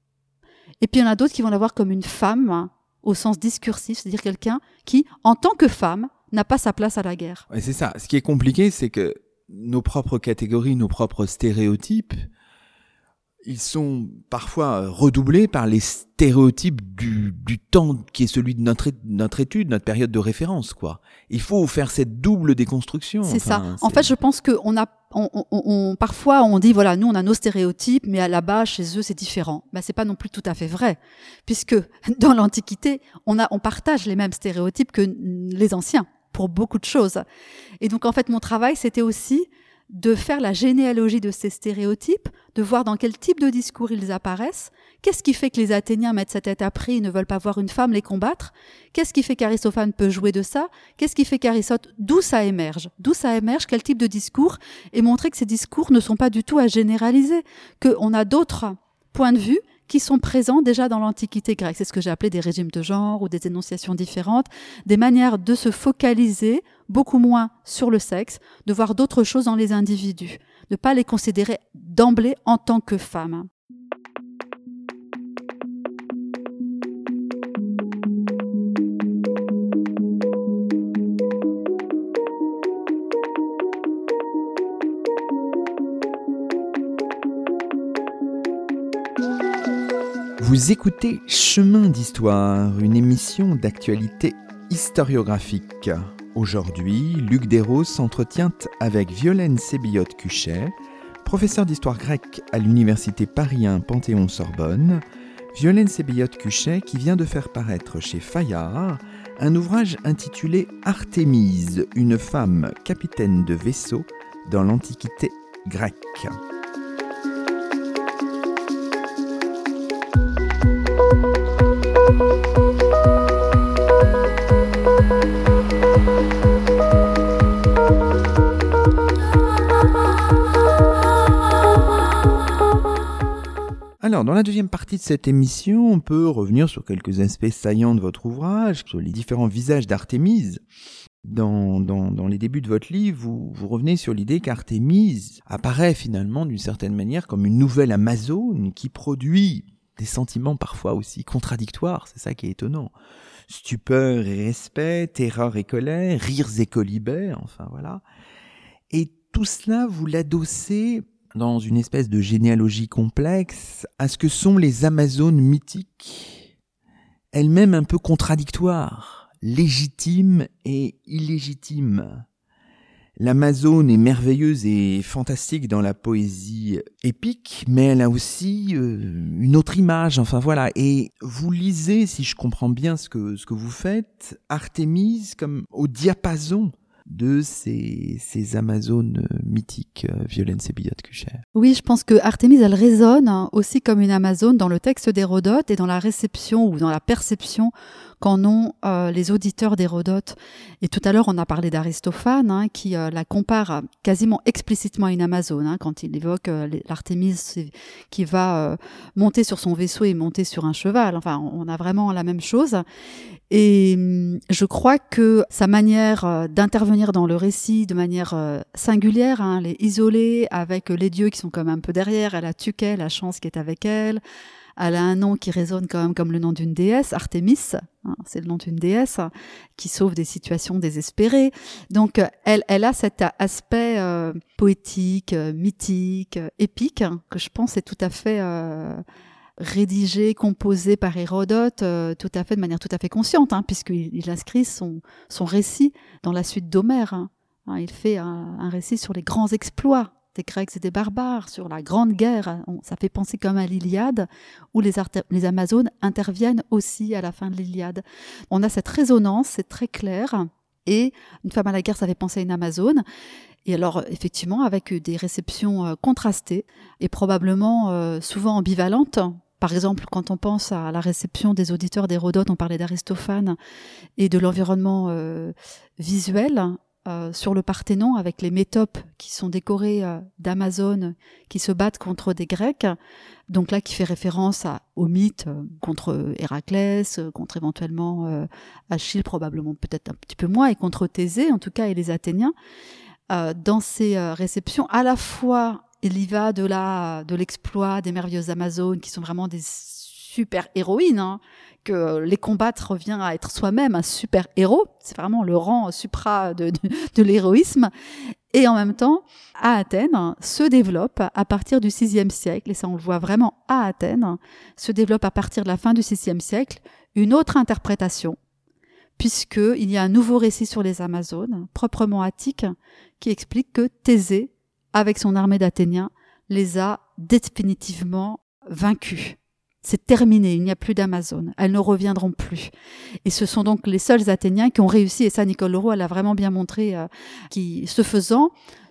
Et puis il y en a d'autres qui vont la voir comme une femme, au sens discursif, c'est-à-dire quelqu'un qui, en tant que femme, n'a pas sa place à la guerre. Ouais, c'est ça. Ce qui est compliqué, c'est que nos propres catégories, nos propres stéréotypes, ils sont parfois redoublés par les stéréotypes du temps qui est celui de notre étude, notre période de référence, quoi. Il faut faire cette double déconstruction. C'est ça. En fait, je pense que parfois on dit voilà, nous on a nos stéréotypes, mais là-bas chez eux c'est différent. Ben c'est pas non plus tout à fait vrai, puisque dans l'Antiquité on partage les mêmes stéréotypes que les anciens pour beaucoup de choses. Et donc en fait mon travail c'était aussi de faire la généalogie de ces stéréotypes, de voir dans quel type de discours ils apparaissent, qu'est-ce qui fait que les Athéniens mettent sa tête à prix et ne veulent pas voir une femme les combattre, qu'est-ce qui fait qu'Aristophane peut jouer de ça, qu'est-ce qui fait qu'Aristote, d'où ça émerge, quel type de discours, et montrer que ces discours ne sont pas du tout à généraliser, qu'on a d'autres points de vue qui sont présents déjà dans l'Antiquité grecque. C'est ce que j'ai appelé des régimes de genre ou des énonciations différentes, des manières de se focaliser beaucoup moins sur le sexe, de voir d'autres choses dans les individus, de ne pas les considérer d'emblée en tant que femmes. Vous écoutez Chemin d'Histoire, une émission d'actualité historiographique. Aujourd'hui, Luc Desroses s'entretient avec Violaine Sébillotte-Cuchet, professeure d'histoire grecque à l'université Paris 1 Panthéon-Sorbonne. Violaine Sébillotte-Cuchet qui vient de faire paraître chez Fayard un ouvrage intitulé Artémise, une femme capitaine de vaisseau dans l'Antiquité grecque. Alors, dans la deuxième partie de cette émission, on peut revenir sur quelques aspects saillants de votre ouvrage, sur les différents visages d'Artémise. Dans les débuts de votre livre, vous revenez sur l'idée qu'Artémise apparaît finalement d'une certaine manière comme une nouvelle Amazone qui produit des sentiments parfois aussi contradictoires, c'est ça qui est étonnant. Stupeur et respect, terreur et colère, rires et colibets, enfin voilà. Et tout cela, vous l'adossez dans une espèce de généalogie complexe à ce que sont les Amazones mythiques, elles-mêmes un peu contradictoires, légitimes et illégitimes. L'Amazone est merveilleuse et fantastique dans la poésie épique, mais elle a aussi une autre image, enfin voilà. Et vous lisez, si je comprends bien ce que vous faites, Artémise comme au diapason de ces Amazones mythiques, Violaine Sébillotte-Cuchet. Oui, je pense que Artémise, elle résonne aussi comme une Amazone dans le texte d'Hérodote et dans la réception ou dans la perception qu'en ont les auditeurs d'Hérodote. Et tout à l'heure, on a parlé d'Aristophane, qui la compare quasiment explicitement à une Amazone, quand il évoque l'Artémise qui va monter sur son vaisseau et monter sur un cheval. Enfin, on a vraiment la même chose. Et je crois que sa manière d'intervenir dans le récit de manière singulière, elle est isolée avec les dieux qui sont comme un peu derrière, elle a Tuké, la chance qui est avec elle, elle a un nom qui résonne quand même comme le nom d'une déesse, Artémis, c'est le nom d'une déesse qui sauve des situations désespérées. Donc elle a cet aspect poétique, mythique, épique, que je pense est tout à fait rédigé, composé par Hérodote, tout à fait de manière tout à fait consciente, puisqu'il inscrit son récit dans la suite d'Homère. Il fait un récit sur les grands exploits des Grecs et des barbares, sur la grande guerre. Ça fait penser comme à l'Iliade, où les Amazones interviennent aussi à la fin de l'Iliade. On a cette résonance, c'est très clair. Et une femme à la guerre, ça fait penser à une Amazone. Et alors, effectivement, avec des réceptions contrastées et probablement souvent ambivalentes. Par exemple, quand on pense à la réception des auditeurs d'Hérodote, on parlait d'Aristophane et de l'environnement visuel sur le Parthénon, avec les métopes qui sont décorées d'Amazones qui se battent contre des Grecs. Donc là, qui fait référence au mythe contre Héraclès, contre éventuellement Achille, probablement peut-être un petit peu moins, et contre Thésée, en tout cas, et les Athéniens. Dans ces réceptions, à la fois, il y va de l'exploit des merveilleuses Amazones, qui sont vraiment des super héroïnes, que les combattre revient à être soi-même un super héros. C'est vraiment le rang supra de l'héroïsme. Et en même temps, à Athènes, se développe à partir du VIe siècle, et ça on le voit vraiment à Athènes, se développe à partir de la fin du VIe siècle, une autre interprétation, puisqu'il y a un nouveau récit sur les Amazones, proprement attique, qui explique que Thésée, avec son armée d'Athéniens, les a définitivement vaincus. C'est terminé, il n'y a plus d'Amazones, elles ne reviendront plus. Et ce sont donc les seuls Athéniens qui ont réussi, et ça Nicole Leroux l'a vraiment bien montré, qui, ce faisant,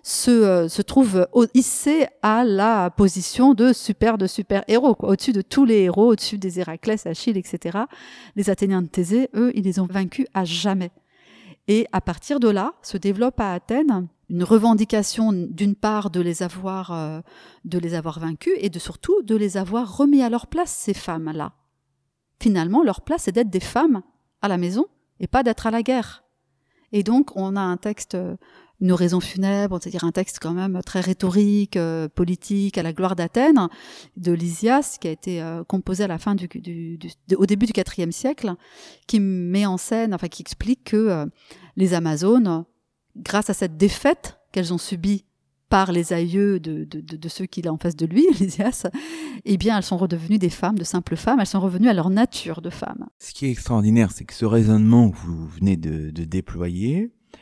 se trouvent hissés à la position de super héros, au-dessus de tous les héros, au-dessus des Héraclès, Achille, etc. Les Athéniens de Thésée, eux, ils les ont vaincus à jamais. Et à partir de là, se développe à Athènes une revendication d'une part de les avoir vaincus et surtout de les avoir remis à leur place, ces femmes-là. Finalement, leur place est d'être des femmes à la maison et pas d'être à la guerre. Et donc, on a un texte, une oraison funèbre, c'est-à-dire un texte quand même très rhétorique, politique, à la gloire d'Athènes, de Lysias, qui a été composé à la fin au début du IVe siècle, qui met en scène, qui explique que les Amazones, grâce à cette défaite qu'elles ont subie par les aïeux de ceux qu'il a en face de lui, Lysias, eh bien, elles sont redevenues des femmes, de simples femmes, elles sont revenues à leur nature de femmes. Ce qui est extraordinaire, c'est que ce raisonnement que vous venez de déployer,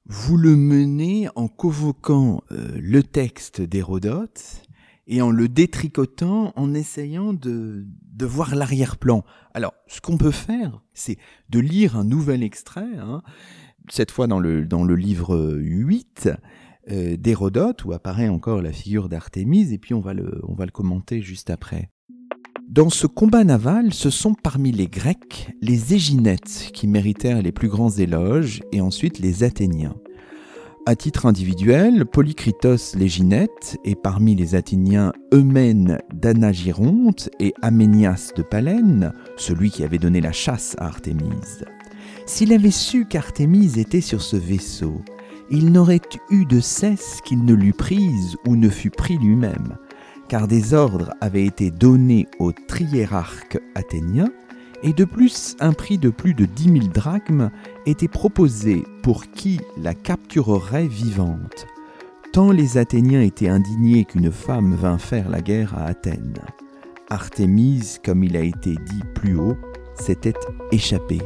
vous le menez en convoquant le texte d'Hérodote et en le détricotant, en essayant de voir l'arrière-plan. Alors, ce qu'on peut faire, c'est de lire un nouvel extrait, cette fois dans le livre 8 d'Hérodote, où apparaît encore la figure d'Artémise, et puis on va le commenter juste après. Dans ce combat naval, ce sont parmi les Grecs les Éginettes qui méritèrent les plus grands éloges, et ensuite les Athéniens. À titre individuel, Polycritos l'Éginète, et parmi les Athéniens Eumène d'Anagyronte et Aménias de Palène, celui qui avait donné la chasse à Artémise. S'il avait su qu'Artémise était sur ce vaisseau, il n'aurait eu de cesse qu'il ne l'eût prise ou ne fût pris lui-même, car des ordres avaient été donnés au triérarque athénien, et de plus un prix de plus de 10 000 drachmes était proposé pour qui la capturerait vivante. Tant les Athéniens étaient indignés qu'une femme vînt faire la guerre à Athènes. Artémise, comme il a été dit plus haut, s'était échappée.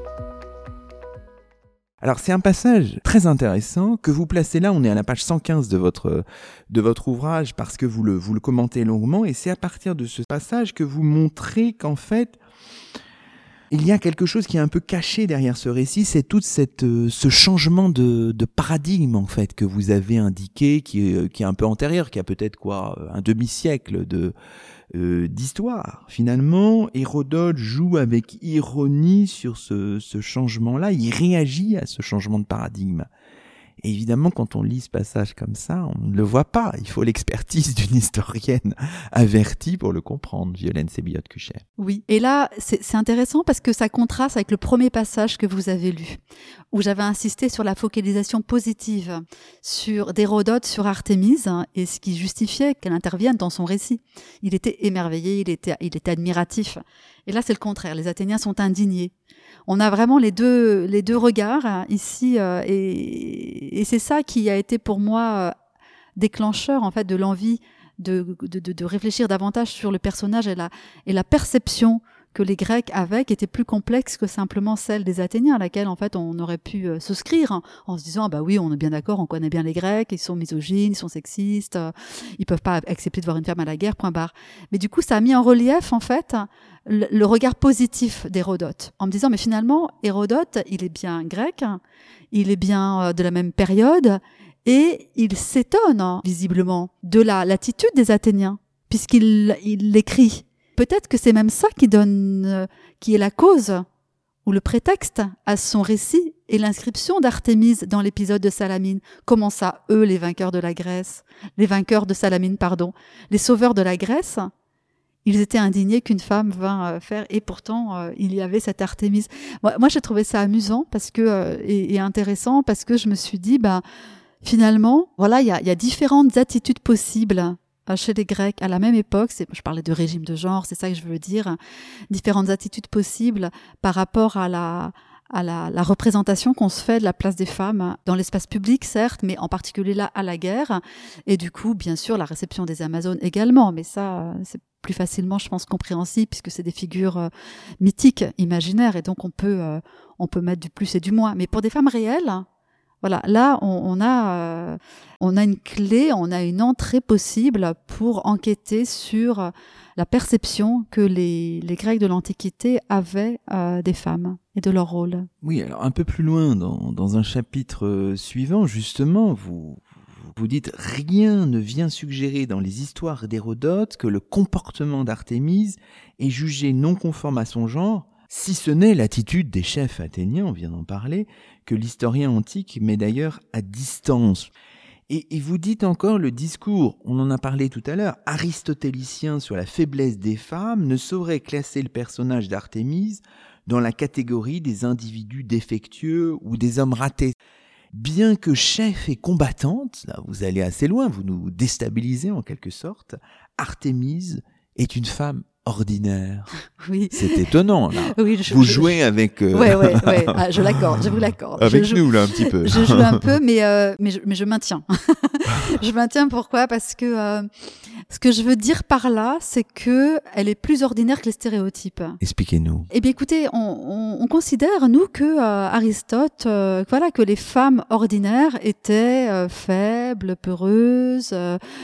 Alors c'est un passage très intéressant que vous placez là, on est à la page 115 de votre ouvrage parce que vous le commentez longuement, et c'est à partir de ce passage que vous montrez qu'en fait, il y a quelque chose qui est un peu caché derrière ce récit, c'est tout ce changement de paradigme en fait que vous avez indiqué, qui est un peu antérieur, qui a peut-être un demi-siècle d'histoire. Finalement, Hérodote joue avec ironie sur ce changement-là, il réagit à ce changement de paradigme. Et évidemment, quand on lit ce passage comme ça, on ne le voit pas. Il faut l'expertise d'une historienne avertie pour le comprendre, Violaine Sébillotte-Cuchet. Oui, et là, c'est intéressant parce que ça contraste avec le premier passage que vous avez lu, où j'avais insisté sur la focalisation positive d'Hérodote sur Artémise, et ce qui justifiait qu'elle intervienne dans son récit. Il était émerveillé, il était admiratif. Et là, c'est le contraire. Les Athéniens sont indignés. On a vraiment les deux regards ici, et c'est ça qui a été pour moi déclencheur en fait de l'envie de réfléchir davantage sur le personnage et la perception que les Grecs avaient, qui était plus complexe que simplement celle des Athéniens, à laquelle en fait on aurait pu souscrire en se disant bah oui, on est bien d'accord, on connaît bien les Grecs, ils sont misogynes, ils sont sexistes, ils peuvent pas accepter de voir une femme à la guerre, point barre. Mais du coup, ça a mis en relief en fait le regard positif d'Hérodote, en me disant mais finalement Hérodote, il est bien grec, il est bien de la même période, et il s'étonne visiblement de l'attitude des Athéniens, puisqu'il l'écrit. Peut-être que c'est même ça qui est la cause ou le prétexte à son récit et l'inscription d'Artémise dans l'épisode de Salamine. Comment ça, eux, les vainqueurs de Salamine, les sauveurs de la Grèce, ils étaient indignés qu'une femme vint faire, et pourtant il y avait cette Artémise. Moi j'ai trouvé ça amusant parce que et intéressant parce que je me suis dit finalement voilà, il y a différentes attitudes possibles chez les Grecs à la même époque. Je parlais de régime de genre, c'est ça que je veux dire. Différentes attitudes possibles par rapport à la représentation qu'on se fait de la place des femmes dans l'espace public, certes, mais en particulier là à la guerre. Et du coup, bien sûr, la réception des Amazones également. Mais ça, c'est plus facilement, je pense, compréhensible puisque c'est des figures mythiques, imaginaires. Et donc, on peut mettre du plus et du moins. Mais pour des femmes réelles, voilà, là, on a une clé, on a une entrée possible pour enquêter sur la perception que les Grecs de l'Antiquité avaient des femmes et de leur rôle. Oui, alors un peu plus loin, dans un chapitre suivant, justement, vous dites « Rien ne vient suggérer dans les histoires d'Hérodote que le comportement d'Artémise est jugé non conforme à son genre, si ce n'est l'attitude des chefs athéniens, on vient d'en parler, que l'historien antique met d'ailleurs à distance. » Et vous dites encore le discours, on en a parlé tout à l'heure, aristotélicien sur la faiblesse des femmes ne saurait classer le personnage d'Artémise dans la catégorie des individus défectueux ou des hommes ratés. Bien que chef et combattante, là vous allez assez loin, vous nous déstabilisez en quelque sorte, Artémise est une femme ordinaire. Oui. C'est étonnant, là. Oui, vous jouez avec... Ouais. Je vous l'accorde. Avec nous, là, un petit peu. Je joue un peu, mais je maintiens. Je maintiens pourquoi ? Parce que ce que je veux dire par là, c'est que elle est plus ordinaire que les stéréotypes. Expliquez-nous. Eh bien, écoutez, on considère, nous, que Aristote, que les femmes ordinaires étaient faibles, peureuses,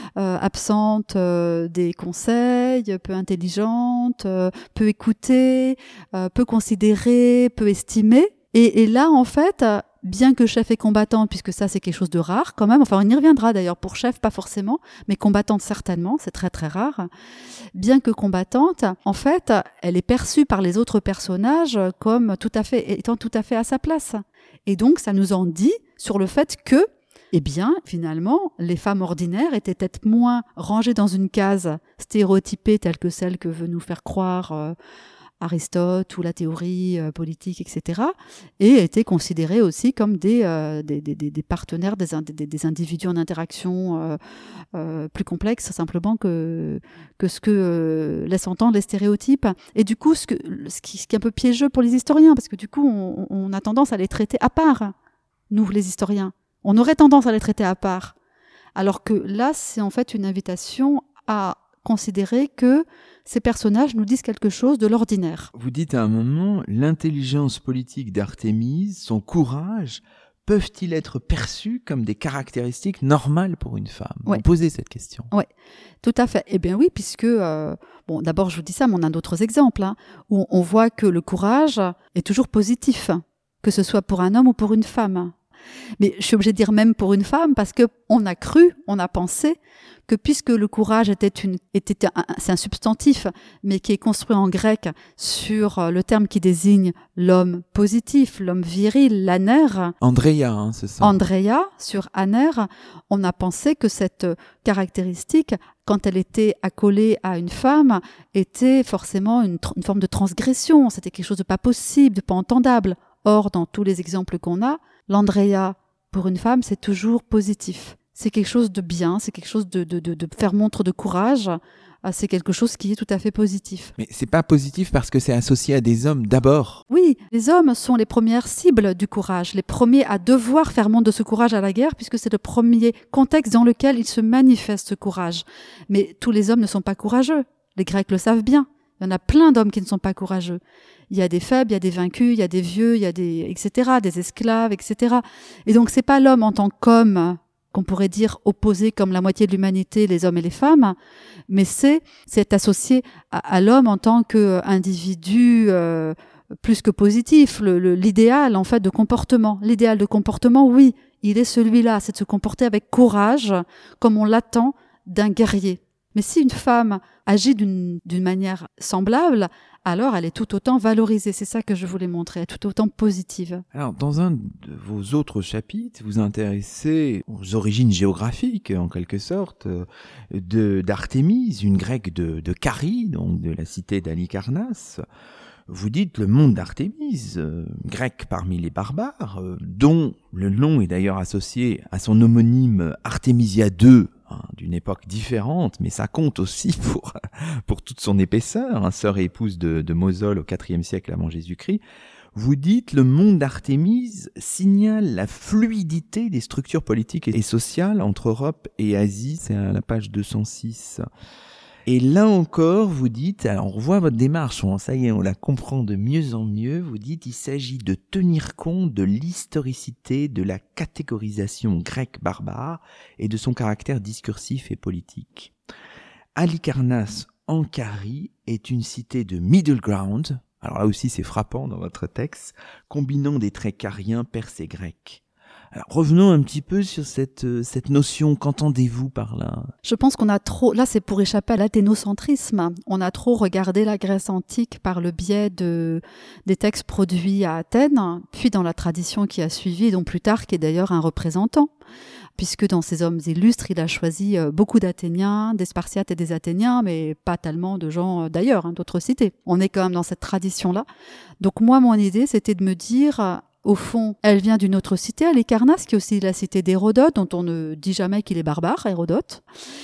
absentes des conseils, peu intelligentes, peu écoutées, peu considérées, peu estimées. Et là, en fait, bien que chef et combattante, puisque ça c'est quelque chose de rare quand même, enfin on y reviendra d'ailleurs, pour chef pas forcément, mais combattante certainement, c'est très très rare, bien que combattante, en fait, elle est perçue par les autres personnages comme étant tout à fait à sa place. Et donc ça nous en dit sur le fait que, eh bien, finalement, les femmes ordinaires étaient peut-être moins rangées dans une case stéréotypée telle que celle que veut nous faire croire Aristote ou la théorie politique, etc., et étaient considérés aussi comme des partenaires, des individus en interaction plus complexes simplement que ce que laissent entendre les stéréotypes. Et du coup, ce qui est un peu piégeux pour les historiens, parce que du coup, on a tendance à les traiter à part, nous les historiens. On aurait tendance à les traiter à part. Alors que là, c'est en fait une invitation à considérer que ces personnages nous disent quelque chose de l'ordinaire. Vous dites à un moment, l'intelligence politique d'Artémise, son courage, peuvent-ils être perçus comme des caractéristiques normales pour une femme ? Ouais. Vous posez cette question. Oui, tout à fait. Eh bien oui, puisque, d'abord je vous dis ça, mais on a d'autres exemples, où on voit que le courage est toujours positif, que ce soit pour un homme ou pour une femme. Mais je suis obligée de dire même pour une femme, parce qu'on a cru, on a pensé que puisque le courage c'est un substantif, mais qui est construit en grec sur le terme qui désigne l'homme positif, l'homme viril, l'aner. Andrea, c'est ça. Andrea, sur aner, on a pensé que cette caractéristique, quand elle était accolée à une femme, était forcément une forme de transgression. C'était quelque chose de pas possible, de pas entendable. Or, dans tous les exemples qu'on a, l'Andrea, pour une femme, c'est toujours positif. C'est quelque chose de bien, c'est quelque chose de faire montre de courage, c'est quelque chose qui est tout à fait positif. Mais c'est pas positif parce que c'est associé à des hommes d'abord. Oui, les hommes sont les premières cibles du courage, les premiers à devoir faire montre de ce courage à la guerre, puisque c'est le premier contexte dans lequel il se manifeste ce courage. Mais tous les hommes ne sont pas courageux. Les Grecs le savent bien. Il y en a plein d'hommes qui ne sont pas courageux. Il y a des faibles, il y a des vaincus, il y a des vieux, il y a etc., des esclaves, etc. Et donc, c'est pas l'homme en tant qu'homme, qu'on pourrait dire opposé comme la moitié de l'humanité, les hommes et les femmes, mais c'est associé à l'homme en tant qu'individu plus que positif, l'idéal en fait de comportement. L'idéal de comportement, oui, il est celui-là, c'est de se comporter avec courage, comme on l'attend d'un guerrier. Mais si une femme agit d'une manière semblable, alors elle est tout autant valorisée. C'est ça que je voulais montrer, tout autant positive. Alors, dans un de vos autres chapitres, vous intéressez aux origines géographiques, en quelque sorte, d'Artémise, une grecque de Carie, donc de la cité d'Halicarnasse. Vous dites le monde d'Artémise, grec parmi les barbares, dont le nom est d'ailleurs associé à son homonyme Artémisia II, d'une époque différente, mais ça compte aussi pour toute son épaisseur, sœur et épouse de Mosol au IVe siècle avant Jésus-Christ. Vous dites le monde d'Artémise signale la fluidité des structures politiques et sociales entre Europe et Asie, c'est à la page 206. Et là encore, vous dites, alors on voit votre démarche, ça y est, on la comprend de mieux en mieux, vous dites il s'agit de tenir compte de l'historicité de la catégorisation grecque barbare et de son caractère discursif et politique. Halicarnasse en Carie est une cité de middle ground, alors là aussi c'est frappant dans votre texte, combinant des traits cariens, perses et grecs. Alors, revenons un petit peu sur cette notion. Qu'entendez-vous par là ? Je pense qu'on a trop, là c'est pour échapper à l'athénocentrisme, on a trop regardé la Grèce antique par le biais des textes produits à Athènes, puis dans la tradition qui a suivi, et dont Plutarque est d'ailleurs un représentant, puisque dans ses hommes illustres, il a choisi beaucoup d'Athéniens, des Spartiates et des Athéniens, mais pas tellement de gens d'ailleurs, d'autres cités. On est quand même dans cette tradition-là. Donc moi, mon idée, c'était de me dire... Au fond, elle vient d'une autre cité, Halicarnasse, qui est aussi la cité d'Hérodote, dont on ne dit jamais qu'il est barbare, Hérodote.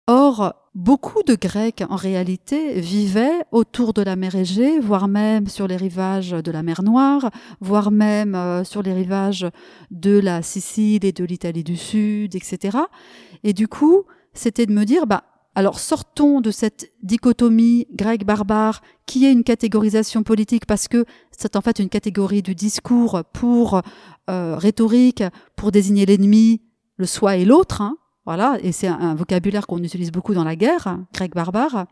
Or, beaucoup de Grecs, en réalité, vivaient autour de la mer Égée, voire même sur les rivages de la mer Noire, voire même sur les rivages de la Sicile et de l'Italie du Sud, etc. Et du coup, c'était de me dire, alors sortons de cette dichotomie grec-barbare qui est une catégorisation politique parce que c'est en fait une catégorie du discours pour rhétorique, pour désigner l'ennemi, le soi et l'autre, voilà, et c'est un vocabulaire qu'on utilise beaucoup dans la guerre grecque-barbare.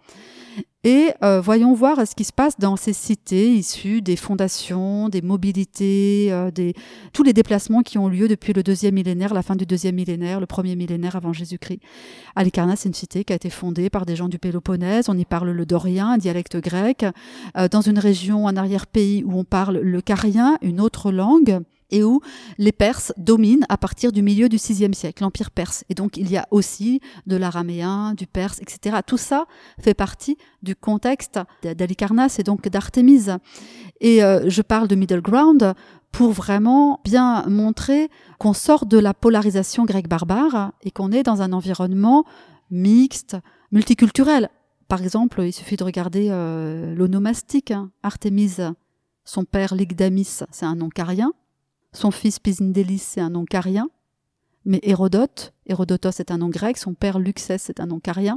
Et voyons voir ce qui se passe dans ces cités issues des fondations, des mobilités, tous les déplacements qui ont lieu depuis le 2e millénaire, la fin du 2e millénaire, le 1er millénaire avant Jésus-Christ. Halicarnasse, c'est une cité qui a été fondée par des gens du Péloponnèse, on y parle le dorien, un dialecte grec, dans une région, un arrière-pays où on parle le carien, une autre langue, et où les Perses dominent à partir du milieu du VIe siècle, l'Empire perse. Et donc, il y a aussi de l'araméen, du perse, etc. Tout ça fait partie du contexte d'Halicarnasse et donc d'Artémise. Et je parle de middle ground pour vraiment bien montrer qu'on sort de la polarisation grecque-barbare et qu'on est dans un environnement mixte, multiculturel. Par exemple, il suffit de regarder l'onomastique. Artémise, son père Lygdamis, c'est un nom carien. Son fils Pisindélis, c'est un nom carien. Mais Hérodotos est un nom grec. Son père Luxès, c'est un nom carien.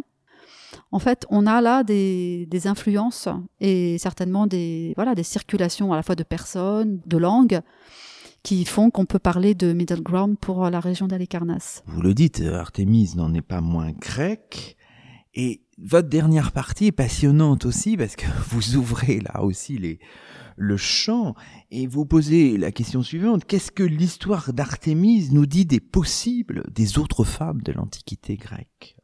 En fait, on a là des influences et certainement des circulations à la fois de personnes, de langues, qui font qu'on peut parler de middle ground pour la région d'Halicarnasse. Vous le dites, Artémise n'en est pas moins grecque. Et votre dernière partie est passionnante aussi parce que vous ouvrez là aussi le champ et vous posez la question suivante. Qu'est-ce que l'histoire d'Artémise nous dit des possibles des autres femmes de l'Antiquité grecque?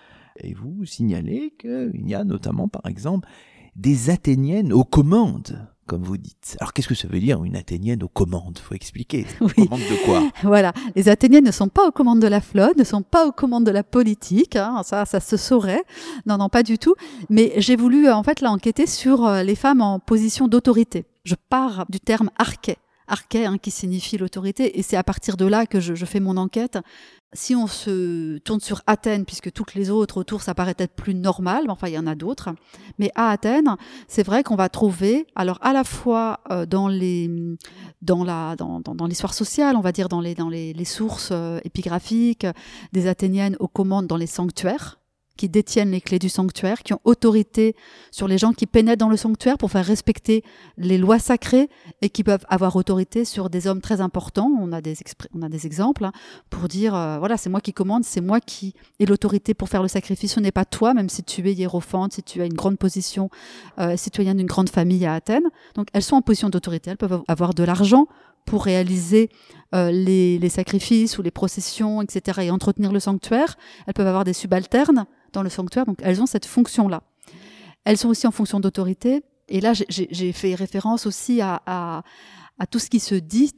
Et vous signalez qu'il y a notamment, par exemple, des Athéniennes aux commandes, comme vous dites. Alors, qu'est-ce que ça veut dire, une Athénienne aux commandes? Il faut expliquer. Oui. Aux commandes de quoi? Voilà. Les Athéniennes ne sont pas aux commandes de la flotte, ne sont pas aux commandes de la politique. Ça se saurait. Non, pas du tout. Mais j'ai voulu, en fait, là, enquêter sur les femmes en position d'autorité. Je pars du terme arché. Arché, qui signifie l'autorité. Et c'est à partir de là que je fais mon enquête. Si on se tourne sur Athènes, puisque toutes les autres autour, ça paraît être plus normal, mais enfin, il y en a d'autres. Mais à Athènes, c'est vrai qu'on va trouver, alors à la fois dans l'histoire sociale, on va dire dans les sources épigraphiques, des Athéniennes aux commandes dans les sanctuaires, qui détiennent les clés du sanctuaire, qui ont autorité sur les gens qui pénètrent dans le sanctuaire pour faire respecter les lois sacrées et qui peuvent avoir autorité sur des hommes très importants. On a des exemples pour dire, voilà, c'est moi qui commande, c'est moi qui ai l'autorité pour faire le sacrifice. Ce n'est pas toi, même si tu es hiérophante, si tu as une grande position, citoyenne d'une grande famille à Athènes. Donc, elles sont en position d'autorité, elles peuvent avoir de l'argent pour réaliser les sacrifices ou les processions, etc., et entretenir le sanctuaire. Elles peuvent avoir des subalternes dans le sanctuaire, donc elles ont cette fonction-là. Elles sont aussi en fonction d'autorité, et là j'ai fait référence aussi à tout ce qui se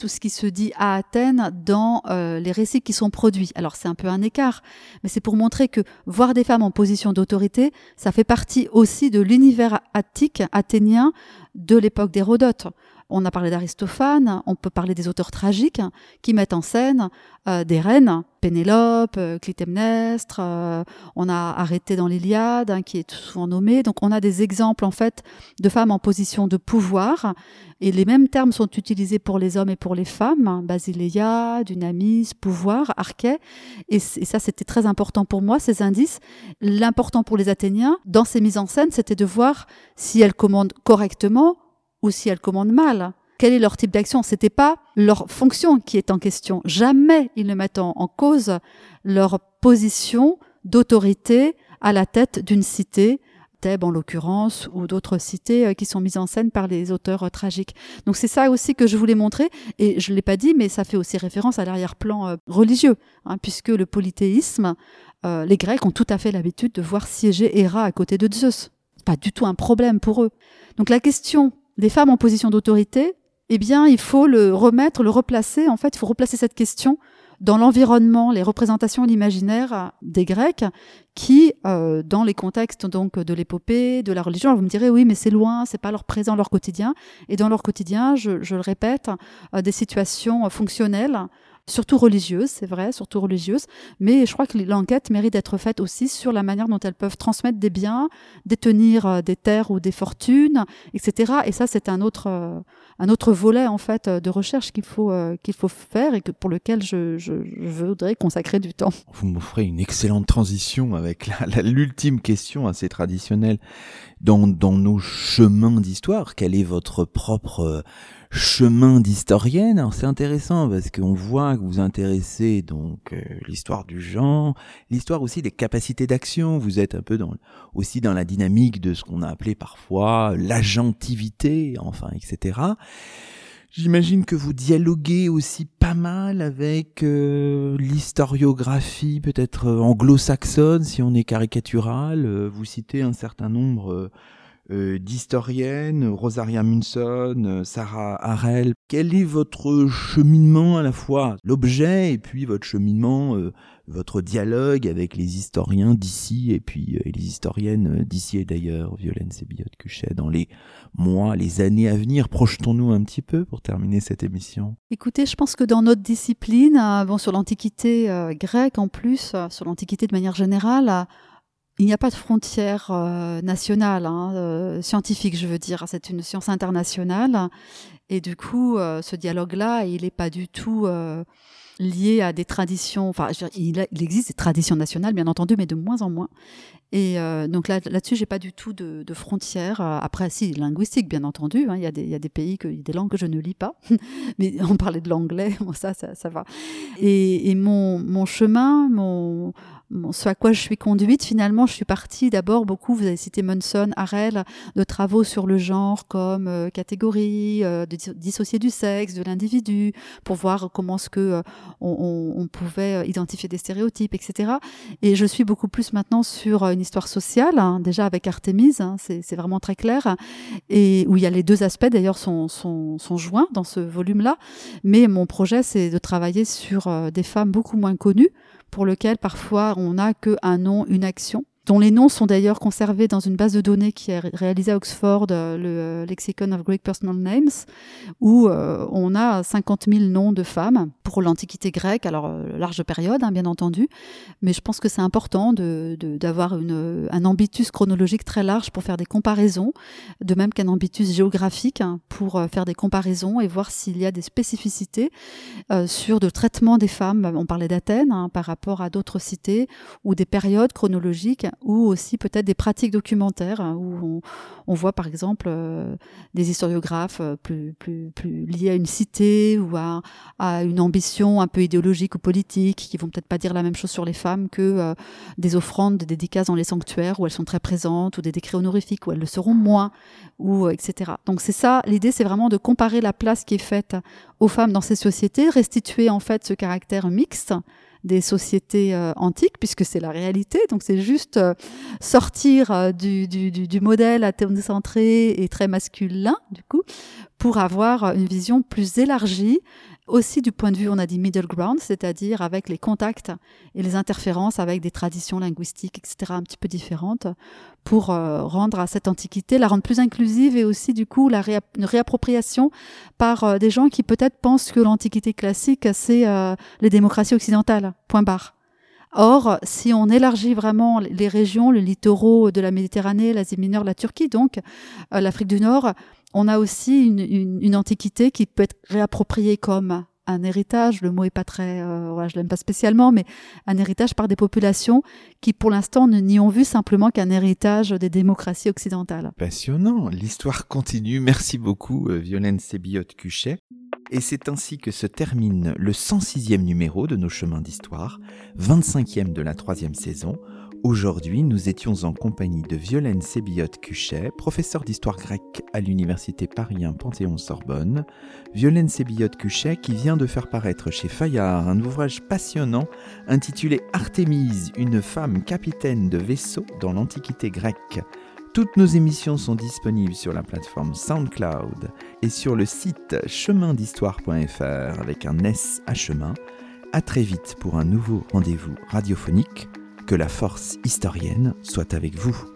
dit à Athènes dans les récits qui sont produits. Alors c'est un peu un écart, mais c'est pour montrer que voir des femmes en position d'autorité, ça fait partie aussi de l'univers attique, athénien, de l'époque d'Hérodote. On a parlé d'Aristophane, on peut parler des auteurs tragiques qui mettent en scène des reines, Pénélope, Clytemnestre, on a arrêté dans l'Iliade, qui est souvent nommé. Donc on a des exemples en fait de femmes en position de pouvoir, et les mêmes termes sont utilisés pour les hommes et pour les femmes, Basileia, Dunamis, pouvoir, arché, et ça c'était très important pour moi, ces indices. L'important pour les Athéniens, dans ces mises en scène, c'était de voir si elles commandent correctement ou si elles commandent mal. Quel est leur type d'action? C'était pas leur fonction qui est en question. Jamais ils ne mettent en cause leur position d'autorité à la tête d'une cité, Thèbes en l'occurrence, ou d'autres cités qui sont mises en scène par les auteurs tragiques. Donc c'est ça aussi que je voulais montrer, et je l'ai pas dit, mais ça fait aussi référence à l'arrière-plan religieux, puisque le polythéisme, les Grecs ont tout à fait l'habitude de voir siéger Héra à côté de Zeus. C'est pas du tout un problème pour eux. Donc la question des femmes en position d'autorité, eh bien, il faut le replacer. En fait, il faut replacer cette question dans l'environnement, les représentations, l'imaginaire des Grecs, qui, dans les contextes donc de l'épopée, de la religion, vous me direz oui, mais c'est loin, c'est pas leur présent, leur quotidien. Et dans leur quotidien, je le répète, des situations fonctionnelles surtout religieuses, c'est vrai, surtout religieuses, mais je crois que l'enquête mérite d'être faite aussi sur la manière dont elles peuvent transmettre des biens, détenir des terres ou des fortunes, etc. Et ça, c'est un autre volet en fait de recherche qu'il faut faire et pour lequel je voudrais consacrer du temps. Vous m'offrez une excellente transition avec l'ultime question assez traditionnelle dans nos chemins d'histoire. Quel est votre propre chemin d'historienne? Alors c'est intéressant parce qu'on voit que vous intéressez donc l'histoire du genre, l'histoire aussi des capacités d'action. Vous êtes un peu aussi dans la dynamique de ce qu'on a appelé parfois l'agentivité, enfin, etc. J'imagine que vous dialoguez aussi pas mal avec l'historiographie peut-être anglo-saxonne, si on est caricatural. Vous citez un certain nombre d'historiennes, Rosaria Munson, Sarah Harrell. Quel est votre cheminement, à la fois l'objet et puis votre cheminement, votre dialogue avec les historiens d'ici et puis les historiennes d'ici et d'ailleurs, Violaine Sébillotte-Cuchet, dans les mois, les années à venir? Projetons-nous un petit peu pour terminer cette émission. Écoutez, je pense que dans notre discipline, sur l'Antiquité grecque en plus, sur l'Antiquité de manière générale, il n'y a pas de frontière nationale, scientifique, je veux dire. C'est une science internationale. Et du coup, ce dialogue-là, il n'est pas du tout lié à des traditions. Enfin, il existe des traditions nationales, bien entendu, mais de moins en moins. Et donc là-dessus, j'ai pas du tout de frontières. Après, si, linguistique, bien entendu. Il y a des pays, des langues que je ne lis pas. Mais on parlait de l'anglais, ça va. Et mon chemin, ce à quoi je suis conduite, finalement, je suis partie d'abord beaucoup, vous avez cité Munson, Harrell, de travaux sur le genre comme catégorie, de dissocier du sexe, de l'individu, pour voir comment est-ce que on pouvait identifier des stéréotypes, etc. Et je suis beaucoup plus maintenant sur une histoire sociale, déjà avec Artémise, c'est vraiment très clair, et où il y a les deux aspects d'ailleurs sont joints dans ce volume-là. Mais mon projet, c'est de travailler sur des femmes beaucoup moins connues, pour lequel parfois on n'a qu'un nom, une action, dont les noms sont d'ailleurs conservés dans une base de données qui est réalisée à Oxford, le Lexicon of Greek Personal Names, où on a 50 000 noms de femmes pour l'Antiquité grecque, alors large période, bien entendu, mais je pense que c'est important d'avoir un ambitus chronologique très large pour faire des comparaisons, de même qu'un ambitus géographique pour faire des comparaisons et voir s'il y a des spécificités sur le traitement des femmes. On parlait d'Athènes par rapport à d'autres cités, ou des périodes chronologiques, ou aussi peut-être des pratiques documentaires où on voit par exemple des historiographes plus liés à une cité ou à une ambition un peu idéologique ou politique qui vont peut-être pas dire la même chose sur les femmes que des offrandes, des dédicaces dans les sanctuaires où elles sont très présentes, ou des décrets honorifiques où elles le seront moins, ou etc. Donc c'est ça, l'idée c'est vraiment de comparer la place qui est faite aux femmes dans ces sociétés, restituer en fait ce caractère mixte des sociétés antiques, puisque c'est la réalité. Donc c'est juste sortir du modèle athénocentré et très masculin, du coup, pour avoir une vision plus élargie, aussi du point de vue, on a dit middle ground, c'est-à-dire avec les contacts et les interférences avec des traditions linguistiques, etc., un petit peu différentes, pour rendre à cette antiquité, la rendre plus inclusive, et aussi du coup une réappropriation par des gens qui peut-être pensent que l'antiquité classique, c'est les démocraties occidentales, point barre. Or, si on élargit vraiment les régions, les littoraux de la Méditerranée, l'Asie mineure, la Turquie, donc l'Afrique du Nord, on a aussi une antiquité qui peut être réappropriée comme un héritage. Le mot est pas très, je l'aime pas spécialement, mais un héritage par des populations qui, pour l'instant, n'y ont vu simplement qu'un héritage des démocraties occidentales. Passionnant, l'histoire continue. Merci beaucoup, Violaine Sébillotte-Cuchet. Et c'est ainsi que se termine le 106e numéro de nos chemins d'histoire, 25e de la 3e saison. Aujourd'hui, nous étions en compagnie de Violaine Sébillotte-Cuchet, professeure d'histoire grecque à l'université Paris 1 Panthéon-Sorbonne. Violaine Sébillotte-Cuchet qui vient de faire paraître chez Fayard un ouvrage passionnant intitulé Artémise, une femme capitaine de vaisseau dans l'Antiquité grecque. Toutes nos émissions sont disponibles sur la plateforme SoundCloud et sur le site chemindhistoire.fr avec un S à chemin. À très vite pour un nouveau rendez-vous radiophonique. Que la force historienne soit avec vous.